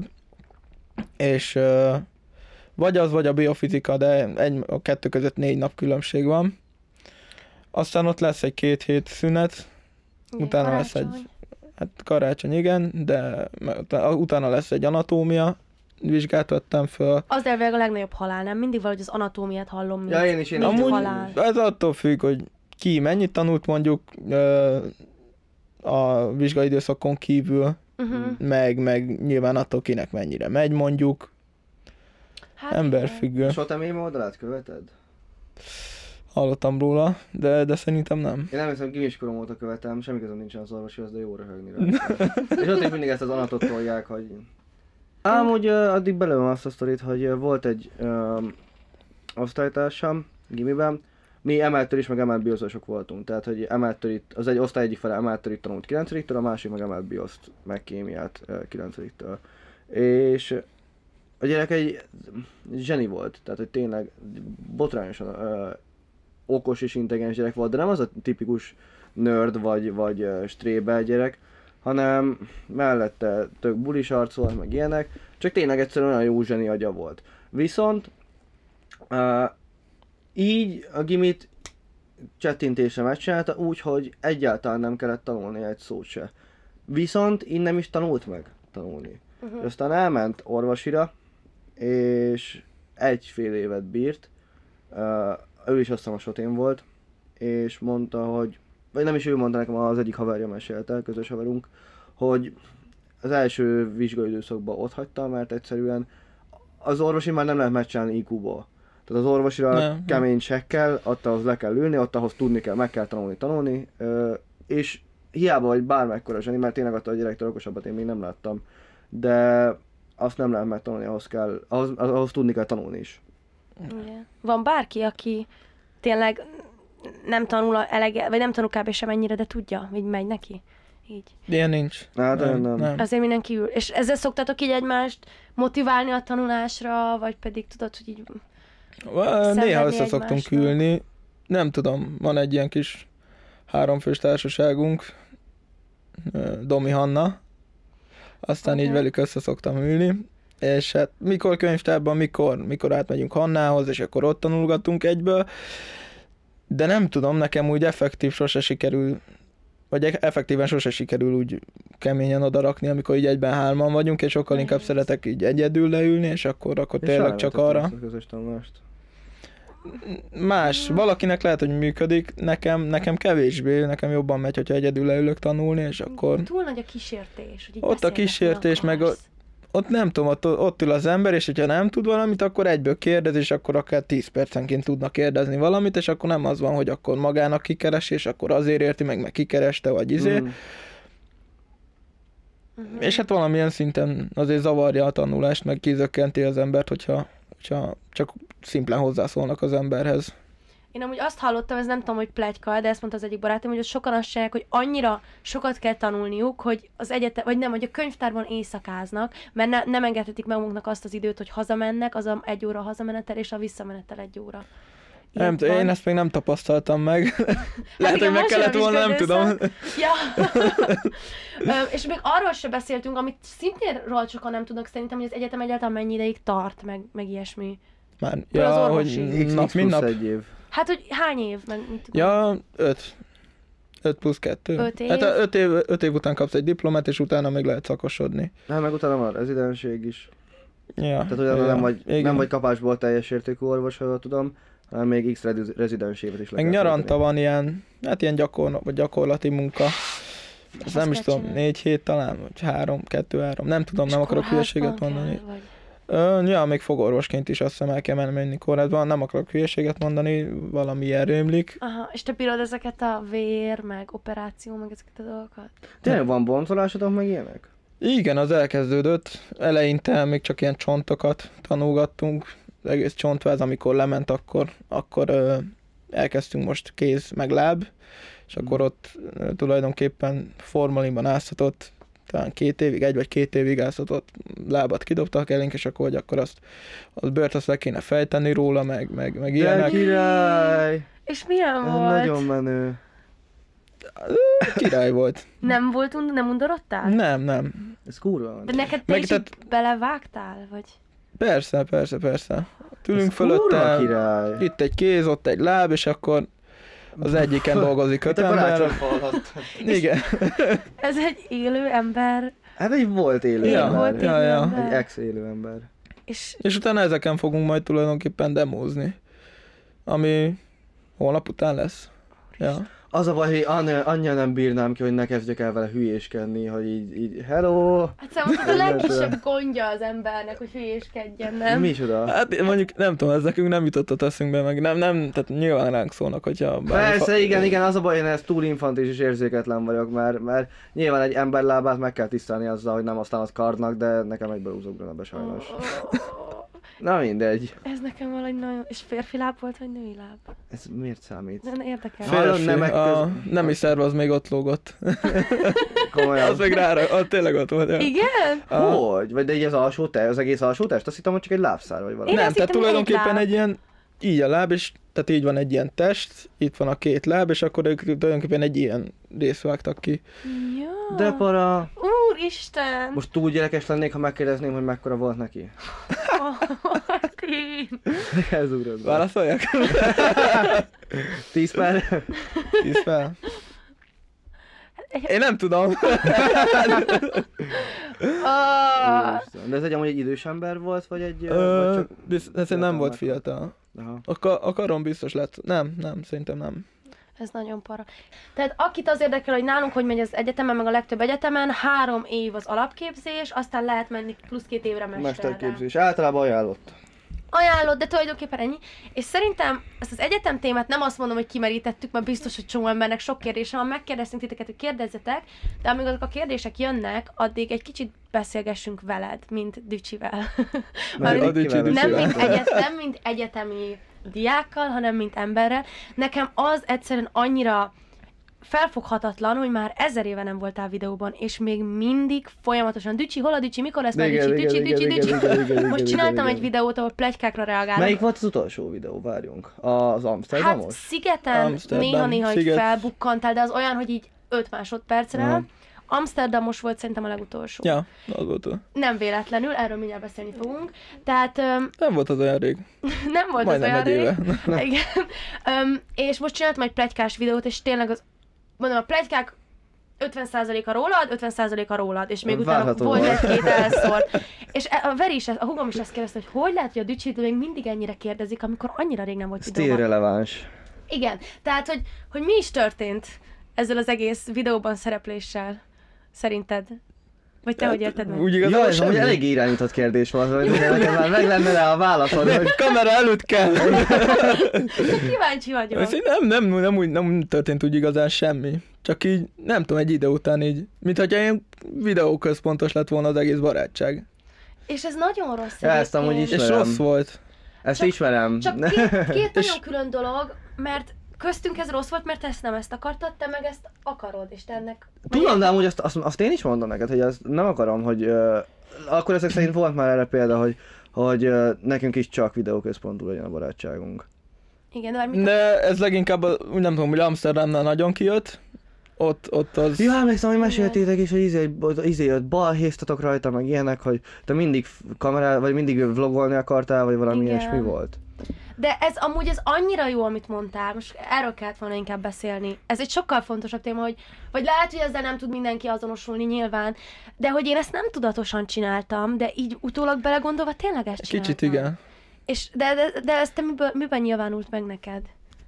Speaker 3: És ö, vagy az, vagy a biofizika, de egy, a kettő között négy nap különbség van. Aztán ott lesz egy két hét szünet,
Speaker 1: Igen,
Speaker 3: utána lesz
Speaker 1: karácsony.
Speaker 3: egy, hát karácsony igen, de utána- utána lesz egy anatómia vizsgát vettem föl.
Speaker 1: Az elvileg a legnagyobb halál, nem? Mindig valahogy az anatómiát hallom, mint,
Speaker 2: Ja, én is, én
Speaker 1: mint
Speaker 2: is.
Speaker 3: Amúgy
Speaker 1: halál.
Speaker 3: ez attól függ, hogy ki mennyit tanult mondjuk ö, a vizsgai időszakon kívül,
Speaker 1: Uh-huh.
Speaker 3: meg, meg nyilván attól kinek mennyire megy mondjuk,
Speaker 1: Hát
Speaker 3: emberfüggő.
Speaker 2: És ott a mém oldalát követed?
Speaker 3: Hallottam róla, de, de szerintem nem.
Speaker 2: Én nem hiszem, gimiskorom óta követem, semmi közöm nincsen az orvosihoz, de jó röhögni rajta. És ott is mindig ezt az anatot tolják, hogy... Ám úgy uh, addig belőlem azt a sztorit, hogy uh, volt egy um, osztálytársam gimiben, mi emeltől is, meg emelt bioszosok voltunk, tehát hogy emeltől itt, az egy osztály egyik fele emeltől itt tanult kilencediktől, a másik meg emelt bioszt, meg kémiát uh, kilencediktől. És a gyerek egy zseni volt, tehát hogy tényleg botrányosan uh, okos és intelligens gyerek volt, de nem az a tipikus nerd vagy, vagy uh, stréber gyerek, hanem mellette tök bulis arc volt, meg ilyenek, csak tényleg egyszerűen olyan jó zseni agya volt. Viszont uh, így a gimit csettintésre megcsinálta úgy, hogy egyáltalán nem kellett tanulni egy szót se. Viszont így nem is tanult meg tanulni. Uh-huh. Aztán elment orvosira, és egy fél évet bírt, uh, ő is azt hiszem a sotén volt, és mondta, hogy, vagy nem is ő mondta nekem, az egyik haverja mesélte, közös haverunk, hogy az első vizsgai időszakban ott hagyta, mert egyszerűen az orvosi már nem lehet megcsinálni í kú-ból. Tehát az orvosira nem, kemény csekkel, ott ahhoz le kell ülni, ott ahhoz tudni kell, meg kell tanulni, tanulni, és hiába vagy bármekkora zseni, mert tényleg attól a gyerektől okosabbat én még nem láttam, de azt nem lehet megtanulni, ahhoz kell, ahhoz, ahhoz tudni kell tanulni is.
Speaker 1: Igen. Van bárki, aki tényleg nem tanul elege, vagy nem tanul kb. Sem ennyire, de tudja, hogy megy neki? Így.
Speaker 3: Ilyen nincs.
Speaker 2: Hát, nem, nem. nem.
Speaker 1: Azért mindenki ül. És ezzel szoktatok így egymást motiválni a tanulásra, vagy pedig tudod, hogy így
Speaker 3: néha össze szoktunk ülni. Nem tudom, van egy ilyen kis háromfős társaságunk, Domi Hanna, aztán okay. így velük össze szoktam ülni, és hát mikor könyvtárban, mikor, mikor átmegyünk Hannához, és akkor ott tanulgatunk egyből, de nem tudom, nekem úgy effektív sose sikerül, vagy effektíven sose sikerül úgy keményen odarakni, amikor így egyben hárman vagyunk, és sokkal inkább szeretek így egyedül leülni, és akkor, akkor és tényleg csak arra. Más, valakinek lehet, hogy működik, nekem, nekem kevésbé, nekem jobban megy, hogyha egyedül leülök tanulni, és akkor...
Speaker 1: Túl nagy a kísértés, hogy így
Speaker 3: ott a kísértés, meg a, ott nem tudom, ott, ott ül az ember, és hogyha nem tud valamit, akkor egyből kérdez, és akkor akár tíz percenként tudnak kérdezni valamit, és akkor nem az van, hogy akkor magának kikeres, és akkor azért érti meg, meg kikereste, vagy izé. Mm. Uh-huh. És hát valamilyen szinten azért zavarja a tanulást, meg kizökkenti az embert, hogyha, hogyha csak szimplán hozzászólnak az emberhez.
Speaker 1: Én amúgy azt hallottam, ez nem tudom, hogy pletyka, de ezt mondta az egyik barátom, hogy sokan azt csinálják, hogy annyira sokat kell tanulniuk, hogy az egyetem, vagy nem, hogy a könyvtárban éjszakáznak, mert ne, nem engedhetik meg maguknak azt az időt, hogy hazamennek, az a egy óra hazamenetel, és a visszamenetel egy óra.
Speaker 3: Nem, én ezt még nem tapasztaltam meg. Lehet, hogy meg kellett volna, nem tudom.
Speaker 1: Ja. És még arról se beszéltünk, amit szintén róla sokan nem tudnak szerintem, hogy az egyetem egyáltalán mennyi ideig tart, meg, meg ilyesmi.
Speaker 3: Már, ja, hogy nap, mint nap.
Speaker 2: Egy év.
Speaker 1: Hát, hogy hány év? Meg, mit tudom.
Speaker 3: Ja, öt. Öt plusz kettő.
Speaker 1: Öt év?
Speaker 3: Hát öt év, öt év után kapsz egy diplomát, és utána még lehet szakosodni.
Speaker 2: Nem, meg utána van rezidenség is.
Speaker 3: Ja.
Speaker 2: Tehát olyan ja, nem, vagy, nem vagy kapásból teljes értékű orvos, ha tudom, hanem még x rezidens évet is le
Speaker 3: meg nyaranta tenni. Van ilyen, hát ilyen gyakorla, vagy gyakorlati munka. Ez nem is tudom, négy hét talán, vagy három, kettő, három, nem tudom, és nem akarok hülyeséget mondani. Kell, Ö, ja, még fogorvosként is azt hiszem el kell menni kórházban, nem akarok hülyeséget mondani, valami ilyen rémlik.
Speaker 1: Aha, és te bírod ezeket a vér, meg operáció, meg ezeket a dolgokat?
Speaker 2: Tényleg van boncolásodok, meg ilyenek?
Speaker 3: Igen, az elkezdődött. Eleinte még csak ilyen csontokat tanulgattunk. Az egész csontváz, amikor lement, akkor, akkor ö, elkezdtünk most kéz meg láb, és akkor ott ö, tulajdonképpen formalinban áztatott, talán két évig, egy vagy két évig áztatott lábat kidobtak elénk, és akkor, hogy akkor azt, azt bőrt azt le kéne fejteni róla, meg, meg, meg ilyenek.
Speaker 2: De király!
Speaker 1: És milyen
Speaker 2: Ez
Speaker 1: volt?
Speaker 2: Nagyon menő.
Speaker 3: Király volt.
Speaker 1: Nem volt, nem undorodtál?
Speaker 3: Nem, nem.
Speaker 2: Ez kurva.
Speaker 1: De neked te
Speaker 3: meg
Speaker 1: is
Speaker 3: tehát...
Speaker 1: belevágtál, vagy?
Speaker 3: Persze, persze, persze. Tülünk
Speaker 2: ez fölötte,
Speaker 3: király. Itt egy kéz, ott egy láb, és akkor az egyiken dolgozik öt ember. Igen.
Speaker 1: Ez egy élő ember.
Speaker 2: Hát egy volt élő
Speaker 3: ja,
Speaker 2: ember.
Speaker 1: Volt
Speaker 3: ja,
Speaker 1: élő
Speaker 3: ja.
Speaker 1: ember.
Speaker 2: Egy ex-élő ember.
Speaker 1: És...
Speaker 3: és utána ezeken fogunk majd tulajdonképpen demózni. Ami holnap után lesz. Ja.
Speaker 2: Az a baj, hogy annyira, annyira nem bírnám ki, hogy ne kezdjek el vele hülyéskedni, hogy így, így hello!
Speaker 1: Hát szerintem a legkisebb gondja az embernek, hogy hülyéskedjen, nem?
Speaker 2: Micsoda?
Speaker 3: Hát mondjuk nem tudom, ez nekünk nem jutott a eszünkbe, meg nem, nem, tehát nyilván ránk szólnak, hogyha...
Speaker 2: Persze, fa... igen, igen, az a baj, én ez túl infantis és érzéketlen vagyok, mert, mert nyilván egy ember lábát meg kell tisztelni azzal, hogy nem használod kardnak, de nekem egyből úzogbran ebbe sajnos. Na mindegy.
Speaker 1: Ez nekem valahogy nagyon... És férfi láb volt, vagy női láb?
Speaker 2: Ez miért számít?
Speaker 1: Nem érdekel.
Speaker 3: Férfi,
Speaker 2: nemek
Speaker 3: a nemi szerv az még ott lógott.
Speaker 2: Komolyan.
Speaker 3: Az még rára, az tényleg ott volt. Ja.
Speaker 1: Igen?
Speaker 2: A... Hogy? Vagy de így az alsó test, az egész alsó test? Azt hittem, hogy csak egy lábszár vagy valami.
Speaker 3: Nem, tehát tulajdonképpen egy, egy ilyen így a láb, és tehát így van egy ilyen test, itt van a két láb, és akkor ők tulajdonképpen egy ilyen részt vágtak ki.
Speaker 1: Ja.
Speaker 2: De para...
Speaker 1: Úristen!
Speaker 2: Most túl gyerekes lennék, ha megkérdezném, hogy mekkora volt neki.
Speaker 1: Martin!
Speaker 2: Ez ugrott be.
Speaker 3: Válaszoljak?
Speaker 2: Tíz per?
Speaker 3: Tíz fel. Én nem tudom.
Speaker 1: Ah.
Speaker 2: De ez egy amúgy egy idős ember volt, vagy egy...
Speaker 3: Ö,
Speaker 2: vagy csak...
Speaker 3: bizt, ez nem volt fiatal.
Speaker 2: Aha.
Speaker 3: A, ka- a karom biztos lett. Nem, nem, szerintem nem.
Speaker 1: Ez nagyon para. Tehát akit az érdekel, hogy nálunk hogy megy az egyetemen, meg a legtöbb egyetemen, három év az alapképzés, aztán lehet menni plusz két évre mesterre.
Speaker 2: Mesterképzés. Általában ajánlott.
Speaker 1: Ajánlott, de tulajdonképpen ennyi. És szerintem ezt az egyetem témát nem azt mondom, hogy kimerítettük, mert biztos, hogy csomó embernek sok kérdése van, megkérdeztünk titeket, hogy kérdezzetek, de amíg azok a kérdések jönnek, addig egy kicsit beszélgessünk veled, mint Dücsivel.
Speaker 2: Mert
Speaker 3: a Dücsi,
Speaker 2: kivel
Speaker 1: nem,
Speaker 3: Dücsivel.
Speaker 1: mint egyet, nem mint egyetemi diákkal, hanem mint emberrel. Nekem az egyszerűen annyira felfoghatatlan, hogy már ezer éve nem voltál videóban, és még mindig folyamatosan Dücsi, hol a Dücsi, mikor lesz már
Speaker 2: Igen,
Speaker 1: Dücsi,
Speaker 2: igen,
Speaker 1: Dücsi,
Speaker 2: igen,
Speaker 1: Dücsi,
Speaker 2: igen,
Speaker 1: Dücsi.
Speaker 2: igen, igen, igen,
Speaker 1: Most
Speaker 2: igen,
Speaker 1: csináltam
Speaker 2: igen.
Speaker 1: egy videót, ahol pletykákra reagálunk.
Speaker 2: Melyik volt az utolsó videó? Várjunk. Az
Speaker 1: Hát
Speaker 2: Amsterdamos?
Speaker 1: szigeten
Speaker 3: Amsterdam,
Speaker 1: néha-néha így
Speaker 3: sziget.
Speaker 1: felbukkantál, de az olyan, hogy így öt másodpercre.
Speaker 2: Aha.
Speaker 1: Amsterdamos volt szerintem a legutolsó.
Speaker 3: Ja, az volt. a-
Speaker 1: Nem véletlenül, erről mindjárt beszélni fogunk. Tehát öm,
Speaker 3: Nem volt az olyan rég.
Speaker 1: nem volt
Speaker 3: Majdnem
Speaker 1: az olyan
Speaker 3: egy
Speaker 1: rég.
Speaker 3: éve.
Speaker 1: Igen. Öm, és most csináltam egy pletykás videót, és tényleg az, mondom, a pletykák ötven százaléka rólad, ötven százaléka rólad, és még utána
Speaker 2: Várható
Speaker 1: volt
Speaker 2: volt.
Speaker 1: egy-két elszórt. És e- a Veri is, a hugom is ezt kérdezte, hogy hogy lehet, hogy a Dücsit még mindig ennyire kérdezik, amikor annyira rég nem volt
Speaker 2: Still
Speaker 1: videóban.
Speaker 2: releváns.
Speaker 1: Igen, tehát, hogy, hogy mi is történt ezzel az egész videóban szerepléssel, szerinted? Vagy te hogy érted meg?
Speaker 3: Úgy
Speaker 2: Ja,
Speaker 3: igazából
Speaker 2: ez amúgy
Speaker 3: semmi.
Speaker 2: elég irányított kérdés volt, hogy nekem már meg lenne rá a válaszod, hogy...
Speaker 3: Kamera előtt kell.
Speaker 1: Kíváncsi vagyok.
Speaker 3: Ez így nem, nem, nem, úgy, nem történt úgy igazán semmi. Csak így, nem tudom, egy idő után így, mint hogyha ilyen videóközpontos lett volna az egész barátság.
Speaker 1: És ez nagyon rossz
Speaker 2: Ja, ezt amúgy
Speaker 1: egyébként.
Speaker 3: És
Speaker 2: Ismerem.
Speaker 3: rossz volt.
Speaker 2: Ezt
Speaker 1: Csak-
Speaker 2: ismerem.
Speaker 1: Csak két, két
Speaker 3: És-
Speaker 1: nagyon külön dolog, mert köztünk ez rossz volt, mert te ezt nem ezt akartad, te meg ezt akarod, és te ennek...
Speaker 2: Tudom, de amúgy azt, azt, azt én is mondom neked, hogy azt nem akarom, hogy... Uh, akkor ezek szerint volt már erre példa, hogy, hogy uh, nekünk is csak videóközpontú legyen a barátságunk.
Speaker 1: Igen, de már mit...
Speaker 3: De ez leginkább, a- úgy nem tudom, hogy Amsterdamnál nagyon kijött. Ott, ott az...
Speaker 2: Ja, emlékszem, hogy meséltétek is, hogy izé, izé ott balhéztatok rajta, meg ilyenek, hogy te mindig kamerál, vagy mindig vlogolni akartál, vagy valami
Speaker 1: Igen.
Speaker 2: ilyesmi volt.
Speaker 1: De ez amúgy ez annyira jó, amit mondtál, most erről kellett volna inkább beszélni. Ez egy sokkal fontosabb téma, hogy vagy lehet, hogy ezzel nem tud mindenki azonosulni nyilván, de hogy én ezt nem tudatosan csináltam, de így utólag belegondolva tényleg ezt csináltam.
Speaker 3: Kicsit igen.
Speaker 1: És de, de, de ez te miből, miben nyilvánult meg neked?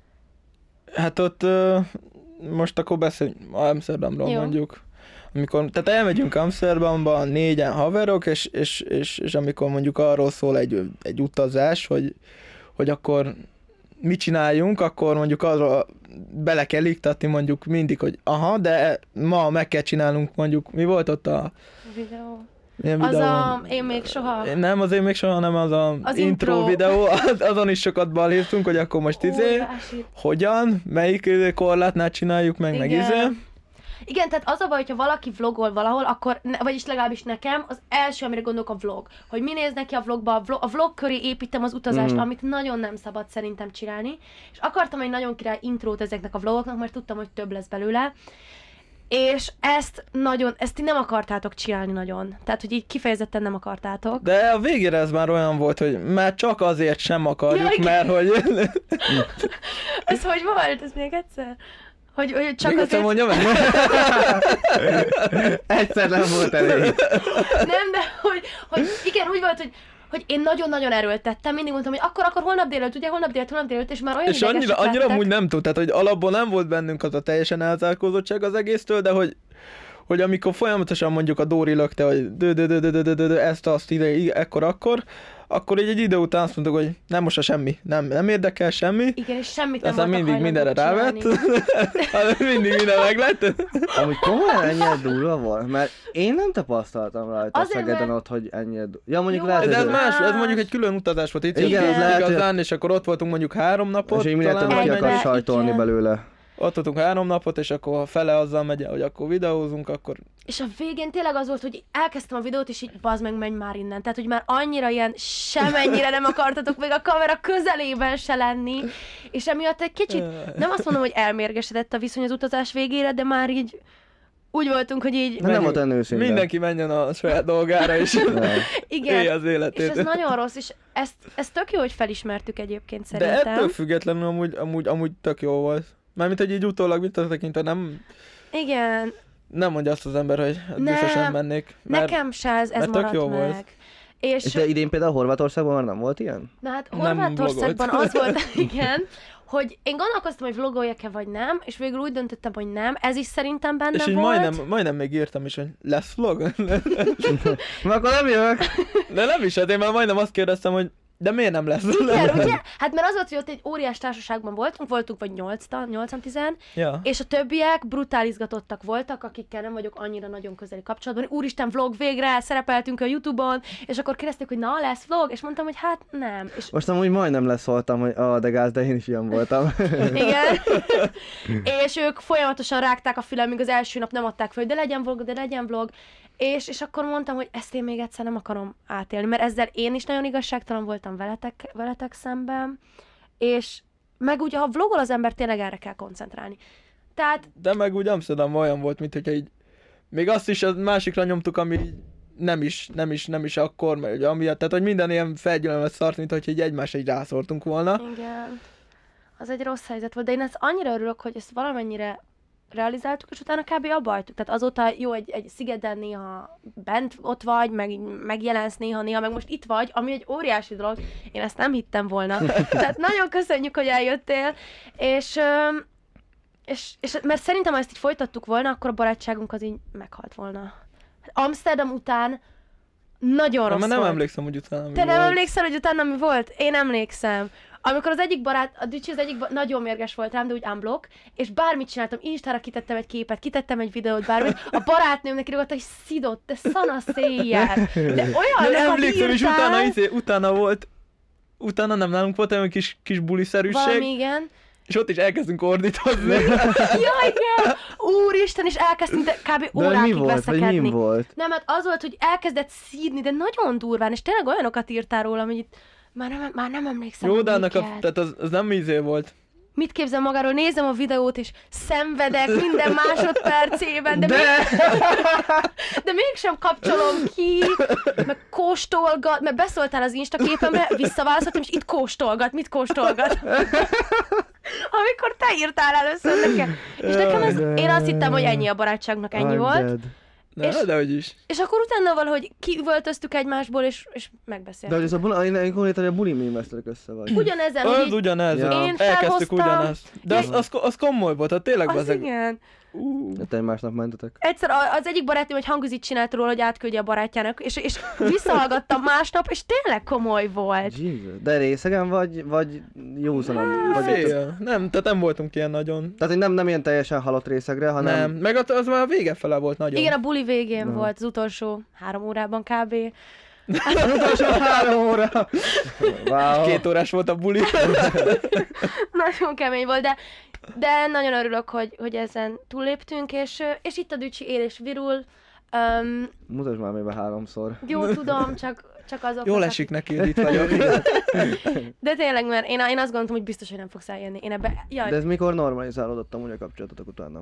Speaker 3: Hát ott ö, most akkor beszéljünk Amsterdamról
Speaker 1: Jó.
Speaker 3: mondjuk. Amikor, tehát elmegyünk Amsterdamba, négyen haverok, és, és, és, és amikor mondjuk arról szól egy, egy utazás, hogy, hogy akkor mit csináljunk, akkor mondjuk arra bele kell iktatni mondjuk mindig, hogy aha, de ma meg kell csinálnunk mondjuk, mi volt ott a...
Speaker 1: Videó.
Speaker 3: Milyen
Speaker 1: Az
Speaker 3: videó?
Speaker 1: a, én még soha...
Speaker 3: Nem az én még soha, hanem az a
Speaker 1: Az
Speaker 3: intro,
Speaker 1: intro.
Speaker 3: videó, az- azon is sokat balhéztunk, hogy akkor most izé,
Speaker 1: Óriási.
Speaker 3: hogyan, melyik izé korlátnál csináljuk meg, meg
Speaker 1: Igen.
Speaker 3: izé.
Speaker 1: Igen, tehát az a baj, hogyha valaki vlogol valahol, akkor, ne, vagyis legalábbis nekem, az első, amire gondolok a vlog. Hogy mi néz neki a vlogba, a vlog, a vlog köré építem az utazást,
Speaker 2: Mhm.
Speaker 1: amit nagyon nem szabad szerintem csinálni. És akartam egy nagyon király intrót ezeknek a vlogoknak, mert tudtam, hogy több lesz belőle. És ezt nagyon, ezt ti nem akartátok csinálni nagyon. Tehát, hogy így kifejezetten nem akartátok.
Speaker 3: De a végére ez már olyan volt, hogy már csak azért sem akarjuk,
Speaker 1: Ja, igen.
Speaker 3: mert hogy...
Speaker 1: Ez hogy volt? Ez még egyszer? Hogy, hogy csak
Speaker 3: Még egyszer
Speaker 1: azért...
Speaker 3: mondjam meg?
Speaker 2: Egyszer nem volt elég.
Speaker 1: Nem, de hogy, hogy igen, úgy volt, hogy hogy én nagyon-nagyon erőltettem, mindig mondtam, hogy akkor, akkor holnap délelőtt, ugye holnap délelőtt, holnap délelőtt, és már olyan
Speaker 3: És annyira,
Speaker 1: idegesek
Speaker 3: annyira
Speaker 1: lettek.
Speaker 3: amúgy nem tud, tehát hogy alapból nem volt bennünk az a teljesen elzárkózottság az egésztől, de hogy hogy amikor folyamatosan mondjuk a Dóri lökte, hogy dö, dö, dö, dö, dö, dö, dö, dö, ezt, azt, ide, ekkor, akkor, akkor egy, egy idő után azt mondtuk, hogy nem most a semmi, nem, nem érdekel semmi.
Speaker 1: Igen, és semmit nem
Speaker 3: Aztán
Speaker 1: voltak
Speaker 3: mindig mindenre
Speaker 1: hajlandók
Speaker 3: rávett.
Speaker 1: csinálni.
Speaker 3: Hát mindig minden meglett.
Speaker 2: Amúgy komolyan ennyire durva volt? Mert én nem tapasztaltam rajta
Speaker 1: Azért,
Speaker 2: Szegeden
Speaker 1: mert-
Speaker 2: ott, hogy ennyire durva. Ja, mondjuk
Speaker 1: Jó,
Speaker 2: lehet,
Speaker 3: De ez
Speaker 2: hogy...
Speaker 3: más, ez
Speaker 1: Más.
Speaker 3: mondjuk egy külön utazás volt itt.
Speaker 2: Igen,
Speaker 3: jöttünk
Speaker 2: lehet, hogy-
Speaker 3: igazán, és akkor ott voltunk mondjuk három napot.
Speaker 2: És így minél
Speaker 3: talán,
Speaker 2: többet ki
Speaker 3: vagy
Speaker 1: Egybe,
Speaker 2: akarsz
Speaker 3: mennyi.
Speaker 2: sajtolni
Speaker 1: igen.
Speaker 2: belőle.
Speaker 3: ott voltunk három napot, és akkor ha fele azzal megy, hogy akkor videózunk, akkor...
Speaker 1: És a végén tényleg az volt, hogy elkezdtem a videót, és így bazd meg, menj már innen. Tehát, hogy már annyira ilyen semennyire nem akartatok még a kamera közelében se lenni. És emiatt egy kicsit, nem azt mondom, hogy elmérgesedett a viszony az utazás végére, de már így úgy voltunk, hogy így...
Speaker 2: Nem volt olyan őszinte.
Speaker 3: Mindenki menjen a saját dolgára, és
Speaker 1: igen,
Speaker 3: élje az életét.
Speaker 1: és ez nagyon rossz, és ezt, ezt tök jó, hogy felismertük egyébként
Speaker 3: De
Speaker 1: szerintem.
Speaker 3: ettől függetlenül amúgy, amúgy, amúgy tök jó volt. Mármint, hogy így utólag visszatekintve nem...
Speaker 1: Igen.
Speaker 3: Nem mondja azt az ember, hogy biztosan mennék.
Speaker 1: Mert, nekem se ez, ez
Speaker 3: mert
Speaker 1: maradt
Speaker 3: tök jó
Speaker 1: meg.
Speaker 3: Volt.
Speaker 1: És,
Speaker 2: és de idén például Horvátországban már nem volt ilyen?
Speaker 1: Na hát
Speaker 3: Nem
Speaker 1: Horvátországban
Speaker 3: vlogolt.
Speaker 1: az volt, igen, hogy én gondolkoztam, hogy vlogoljak-e vagy nem, és végül úgy döntöttem, hogy nem. Ez is szerintem benne
Speaker 3: és így
Speaker 1: volt.
Speaker 3: majdnem, majdnem még írtam is, hogy lesz vlog?
Speaker 2: Na akkor nem jövök.
Speaker 3: De nem is, hát én már majdnem azt kérdeztem, hogy de miért nem lesz?
Speaker 1: Igen, ugye? Hát mert az volt, hogy ott egy óriás társaságban voltunk, voltunk vagy nyolcan, nyolcan tizen,
Speaker 3: Ja.
Speaker 1: és a többiek brutál izgatottak voltak, akikkel nem vagyok annyira nagyon közeli kapcsolatban. Úristen, vlog végre, szerepeltünk a YouTube-on, és akkor kérdezték, hogy na, lesz vlog? És mondtam, hogy hát nem. És
Speaker 2: Most amúgy majdnem leszóltam, hogy ah, de gáz, de én is ilyen voltam.
Speaker 1: igen. És ők folyamatosan rágták a fülem, míg az első nap nem adták fel, hogy de legyen vlog, de legyen vlog. És, és akkor mondtam, hogy ezt én még egyszer nem akarom átélni, mert ezzel én is nagyon igazságtalan voltam veletek, veletek szemben, és meg ugye, ha vlogol az ember, tényleg erre kell koncentrálni. Tehát...
Speaker 3: De meg úgy Amsterdam olyan volt, mint hogyha így, még azt is a másikra nyomtuk, ami így nem is, nem is, nem is akkor, mert ugye amiatt, tehát hogy minden ilyen felgyűlömet szart, mint hogy így egymásra így rászortunk volna.
Speaker 1: Igen. Az egy rossz helyzet volt, de én ezt annyira örülök, hogy ezt valamennyire realizáltuk, és utána kb. Abba hagytuk. Tehát azóta jó, egy, egy szigeten néha bent ott vagy, meg megjelensz néha, néha, meg most itt vagy, ami egy óriási dolog. Én ezt nem hittem volna. Tehát nagyon köszönjük, hogy eljöttél, és, és, és mert szerintem, ha ezt így folytattuk volna, akkor a barátságunk az így meghalt volna. Amsterdam után nagyon rossz
Speaker 3: Már nem
Speaker 1: volt.
Speaker 3: emlékszem, hogy utána mi
Speaker 1: Te nem
Speaker 3: volt.
Speaker 1: emlékszel, hogy utána mi volt? Én emlékszem. Amikor az egyik barát, a Dücsi az egyik ba- nagyon mérges volt rám, de úgy unblock, és bármit csináltam, Instára kitettem egy képet, kitettem egy videót, bármit, a barátnőmnek írogatta, hogy szidott, te szana széjjel. De olyan,
Speaker 3: Ja, emlékszem, és utána, izé, utána volt, utána nem nálunk volt olyan kis, kis buliszerűség,
Speaker 1: valami, igen.
Speaker 3: és ott is elkezdünk ordítozni.
Speaker 1: Ja, igen! Úristen, és elkezdtünk de kb.
Speaker 2: De mi
Speaker 1: Órákig
Speaker 2: volt? Vagy
Speaker 1: veszekedni.
Speaker 2: mi volt?
Speaker 1: Nem, hát az volt, hogy elkezdett szídni, de nagyon durván, és tényleg olyanokat írtál rólam, hogy itt már nem, már nem emlékszem,
Speaker 3: Jó,
Speaker 1: hogy
Speaker 3: de annak a,
Speaker 1: miket.
Speaker 3: tehát az, az nem izé volt.
Speaker 1: Mit képzel magáról? Nézem a videót, és szenvedek minden másodpercében, de,
Speaker 2: De!
Speaker 1: Még... de mégsem kapcsolom ki, meg kóstolgat, mert beszóltál az Insta képemre, visszaválaszoltam, és itt kóstolgat, mit kóstolgat? Amikor te írtál először nekem. És nekem ez, én azt hittem, hogy ennyi a barátságnak, ennyi
Speaker 2: I'm
Speaker 1: volt.
Speaker 2: dead.
Speaker 3: Ne,
Speaker 1: És-
Speaker 3: de hogy is.
Speaker 1: És akkor utána valahogy kiüvöltöztük egymásból, és, és
Speaker 2: De
Speaker 1: megbeszéltük.
Speaker 2: hogy ez a buli, én, én konkrétan, hogy a buli mémesztelek össze vagy.
Speaker 1: Ugyanezen, hogy
Speaker 3: Az
Speaker 1: így,
Speaker 3: ugyanez.
Speaker 2: Ja.
Speaker 1: Én
Speaker 3: Elkezdtük
Speaker 1: felhoztam.
Speaker 3: ugyanezt. De az, az, az komoly volt, hát tényleg
Speaker 1: az
Speaker 3: bazeg.
Speaker 1: igen.
Speaker 3: Uh,
Speaker 2: De te másnap mentetek.
Speaker 1: Egyszer a- az egyik barátnőm egy hangüzit csinált róla, hogy átküldje a barátjának, és, és visszahallgattam másnap, és tényleg komoly volt.
Speaker 2: Jesus. De részegen vagy, vagy józanan? Vagy
Speaker 3: fél. Nem, tehát nem voltunk ilyen nagyon.
Speaker 2: Tehát, hogy nem, nem ilyen teljesen halott részegre, hanem...
Speaker 3: Nem. Meg az, az már a vége fele volt nagyon.
Speaker 1: Igen, a buli végén
Speaker 2: Na.
Speaker 1: volt, az utolsó három órában kb.
Speaker 2: Az utolsó három óra. Wow.
Speaker 3: Két órás volt a buli.
Speaker 1: Nagyon kemény volt, de, de nagyon örülök, hogy, hogy ezen túlléptünk, és, és itt a Dücsi él és virul. Um,
Speaker 2: Mutasd már még be háromszor.
Speaker 1: jó, tudom, csak, csak azok.
Speaker 3: Jól esik neki, hogy itt vagyok.
Speaker 1: De tényleg, mert én, én azt gondoltam, hogy biztos, hogy nem fogsz eljönni. Én ebbe, jaj,
Speaker 2: De ez mikor normalizálódott amúgy a kapcsolatotok utána?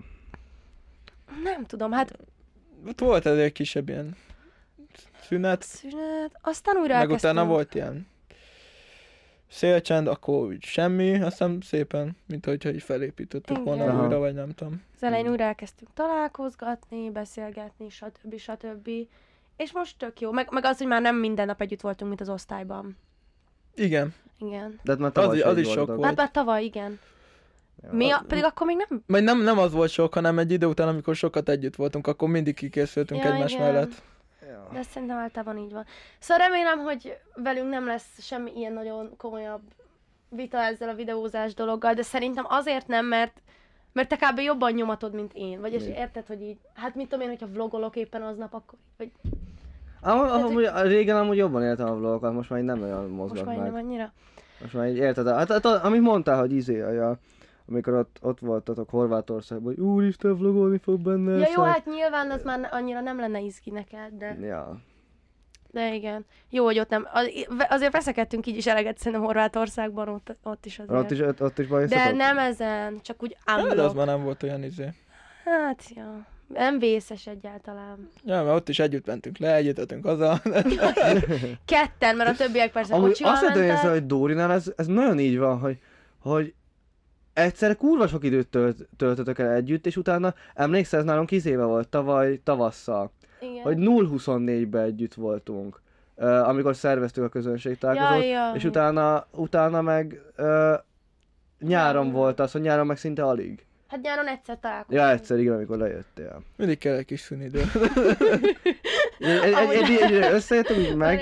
Speaker 1: nem tudom, hát
Speaker 3: Ott volt ez egy kisebb ilyen szünet,
Speaker 1: szünet, aztán újra
Speaker 3: meg
Speaker 1: elkezdtünk.
Speaker 3: utána volt ilyen szélcsend, akkor úgy semmi, aztán szépen, mint hogyha így felépítettük volna
Speaker 1: Igen.
Speaker 3: újra, vagy nem tudom.
Speaker 1: Az elején újra elkezdtünk találkozgatni, beszélgetni, stb. stb. És most tök jó. Meg, meg az, hogy már nem minden nap együtt voltunk, mint az osztályban.
Speaker 3: Igen.
Speaker 1: Igen.
Speaker 2: De hát már
Speaker 3: Az
Speaker 2: tavaly
Speaker 3: is-
Speaker 2: se
Speaker 3: az
Speaker 2: így
Speaker 3: is sok
Speaker 2: voltatok.
Speaker 3: volt.
Speaker 1: Hát már tavaly, igen.
Speaker 2: Ja.
Speaker 1: Mi a, pedig akkor még nem...
Speaker 3: Vagy nem, nem az volt sok, hanem egy idő után, amikor sokat együtt voltunk, akkor mindig kikészültünk
Speaker 1: Ja,
Speaker 3: egymás
Speaker 1: igen.
Speaker 3: mellett.
Speaker 2: Ja.
Speaker 1: De szerintem általában így van. Szóval remélem, hogy velünk nem lesz semmi ilyen nagyon komolyabb vita ezzel a videózás dologgal, de szerintem azért nem, mert mert te kb. Jobban nyomatod, mint én. Vagy és
Speaker 2: Mi?
Speaker 1: érted, hogy így, hát mit tudom én, hogyha vlogolok éppen aznap, akkor, vagy
Speaker 2: Am, amúgy, régen amúgy jobban éltem a vlogokat, most már így nem nagyon
Speaker 1: most
Speaker 2: mozgat
Speaker 1: már így
Speaker 2: meg.
Speaker 1: nem annyira.
Speaker 2: Most már így érted, hát, hát amit mondtál, hogy izé, hogy a, amikor ott, ott voltatok Horvátországban, hogy úristen, vlogolni fog benne.
Speaker 1: Ja jó,
Speaker 2: eszek.
Speaker 1: hát nyilván az már annyira nem lenne izgi neked, de,
Speaker 2: Ja.
Speaker 1: de igen. Jó, hogy ott nem, az- azért veszekedtünk így is eleget szerintem Horvátországban, ott, ott is azért.
Speaker 2: Ott is, ott, ott is
Speaker 1: De
Speaker 2: bajszatok?
Speaker 1: nem ezen, csak úgy
Speaker 3: Ja, de az
Speaker 1: unblock.
Speaker 3: már nem volt olyan izé.
Speaker 1: Hát, ja. Nem vészes egyáltalán.
Speaker 3: Ja, mert ott is együtt mentünk le, együtt jöttünk haza.
Speaker 1: Ketten, mert a többiek persze
Speaker 2: Amúgy
Speaker 1: kocsival
Speaker 2: azt mondom,
Speaker 1: mentek.
Speaker 2: hogy Dórinál ez, ez nagyon így van, hogy, hogy egyszerre kurva sok időt tölt, töltötök el együtt, és utána emlékszel, ez nálunk tíz éve volt, tavaly tavasszal,
Speaker 1: Igen.
Speaker 2: hogy nulla huszonnégyben együtt voltunk, uh, amikor szerveztük a közönségtalálkozót,
Speaker 1: Ja, ja.
Speaker 2: és utána, utána meg uh, nyáron
Speaker 1: Ja.
Speaker 2: volt az, hogy nyáron meg szinte alig.
Speaker 1: Hát nyáron egyszer találkoztunk.
Speaker 2: Ja, egyszer, igen, amikor lejöttél.
Speaker 3: Mindig kell egy kis szünidő.
Speaker 2: Egy, egy,
Speaker 1: Amúgy-
Speaker 2: egy, egy, egy összejöttünk, így meg,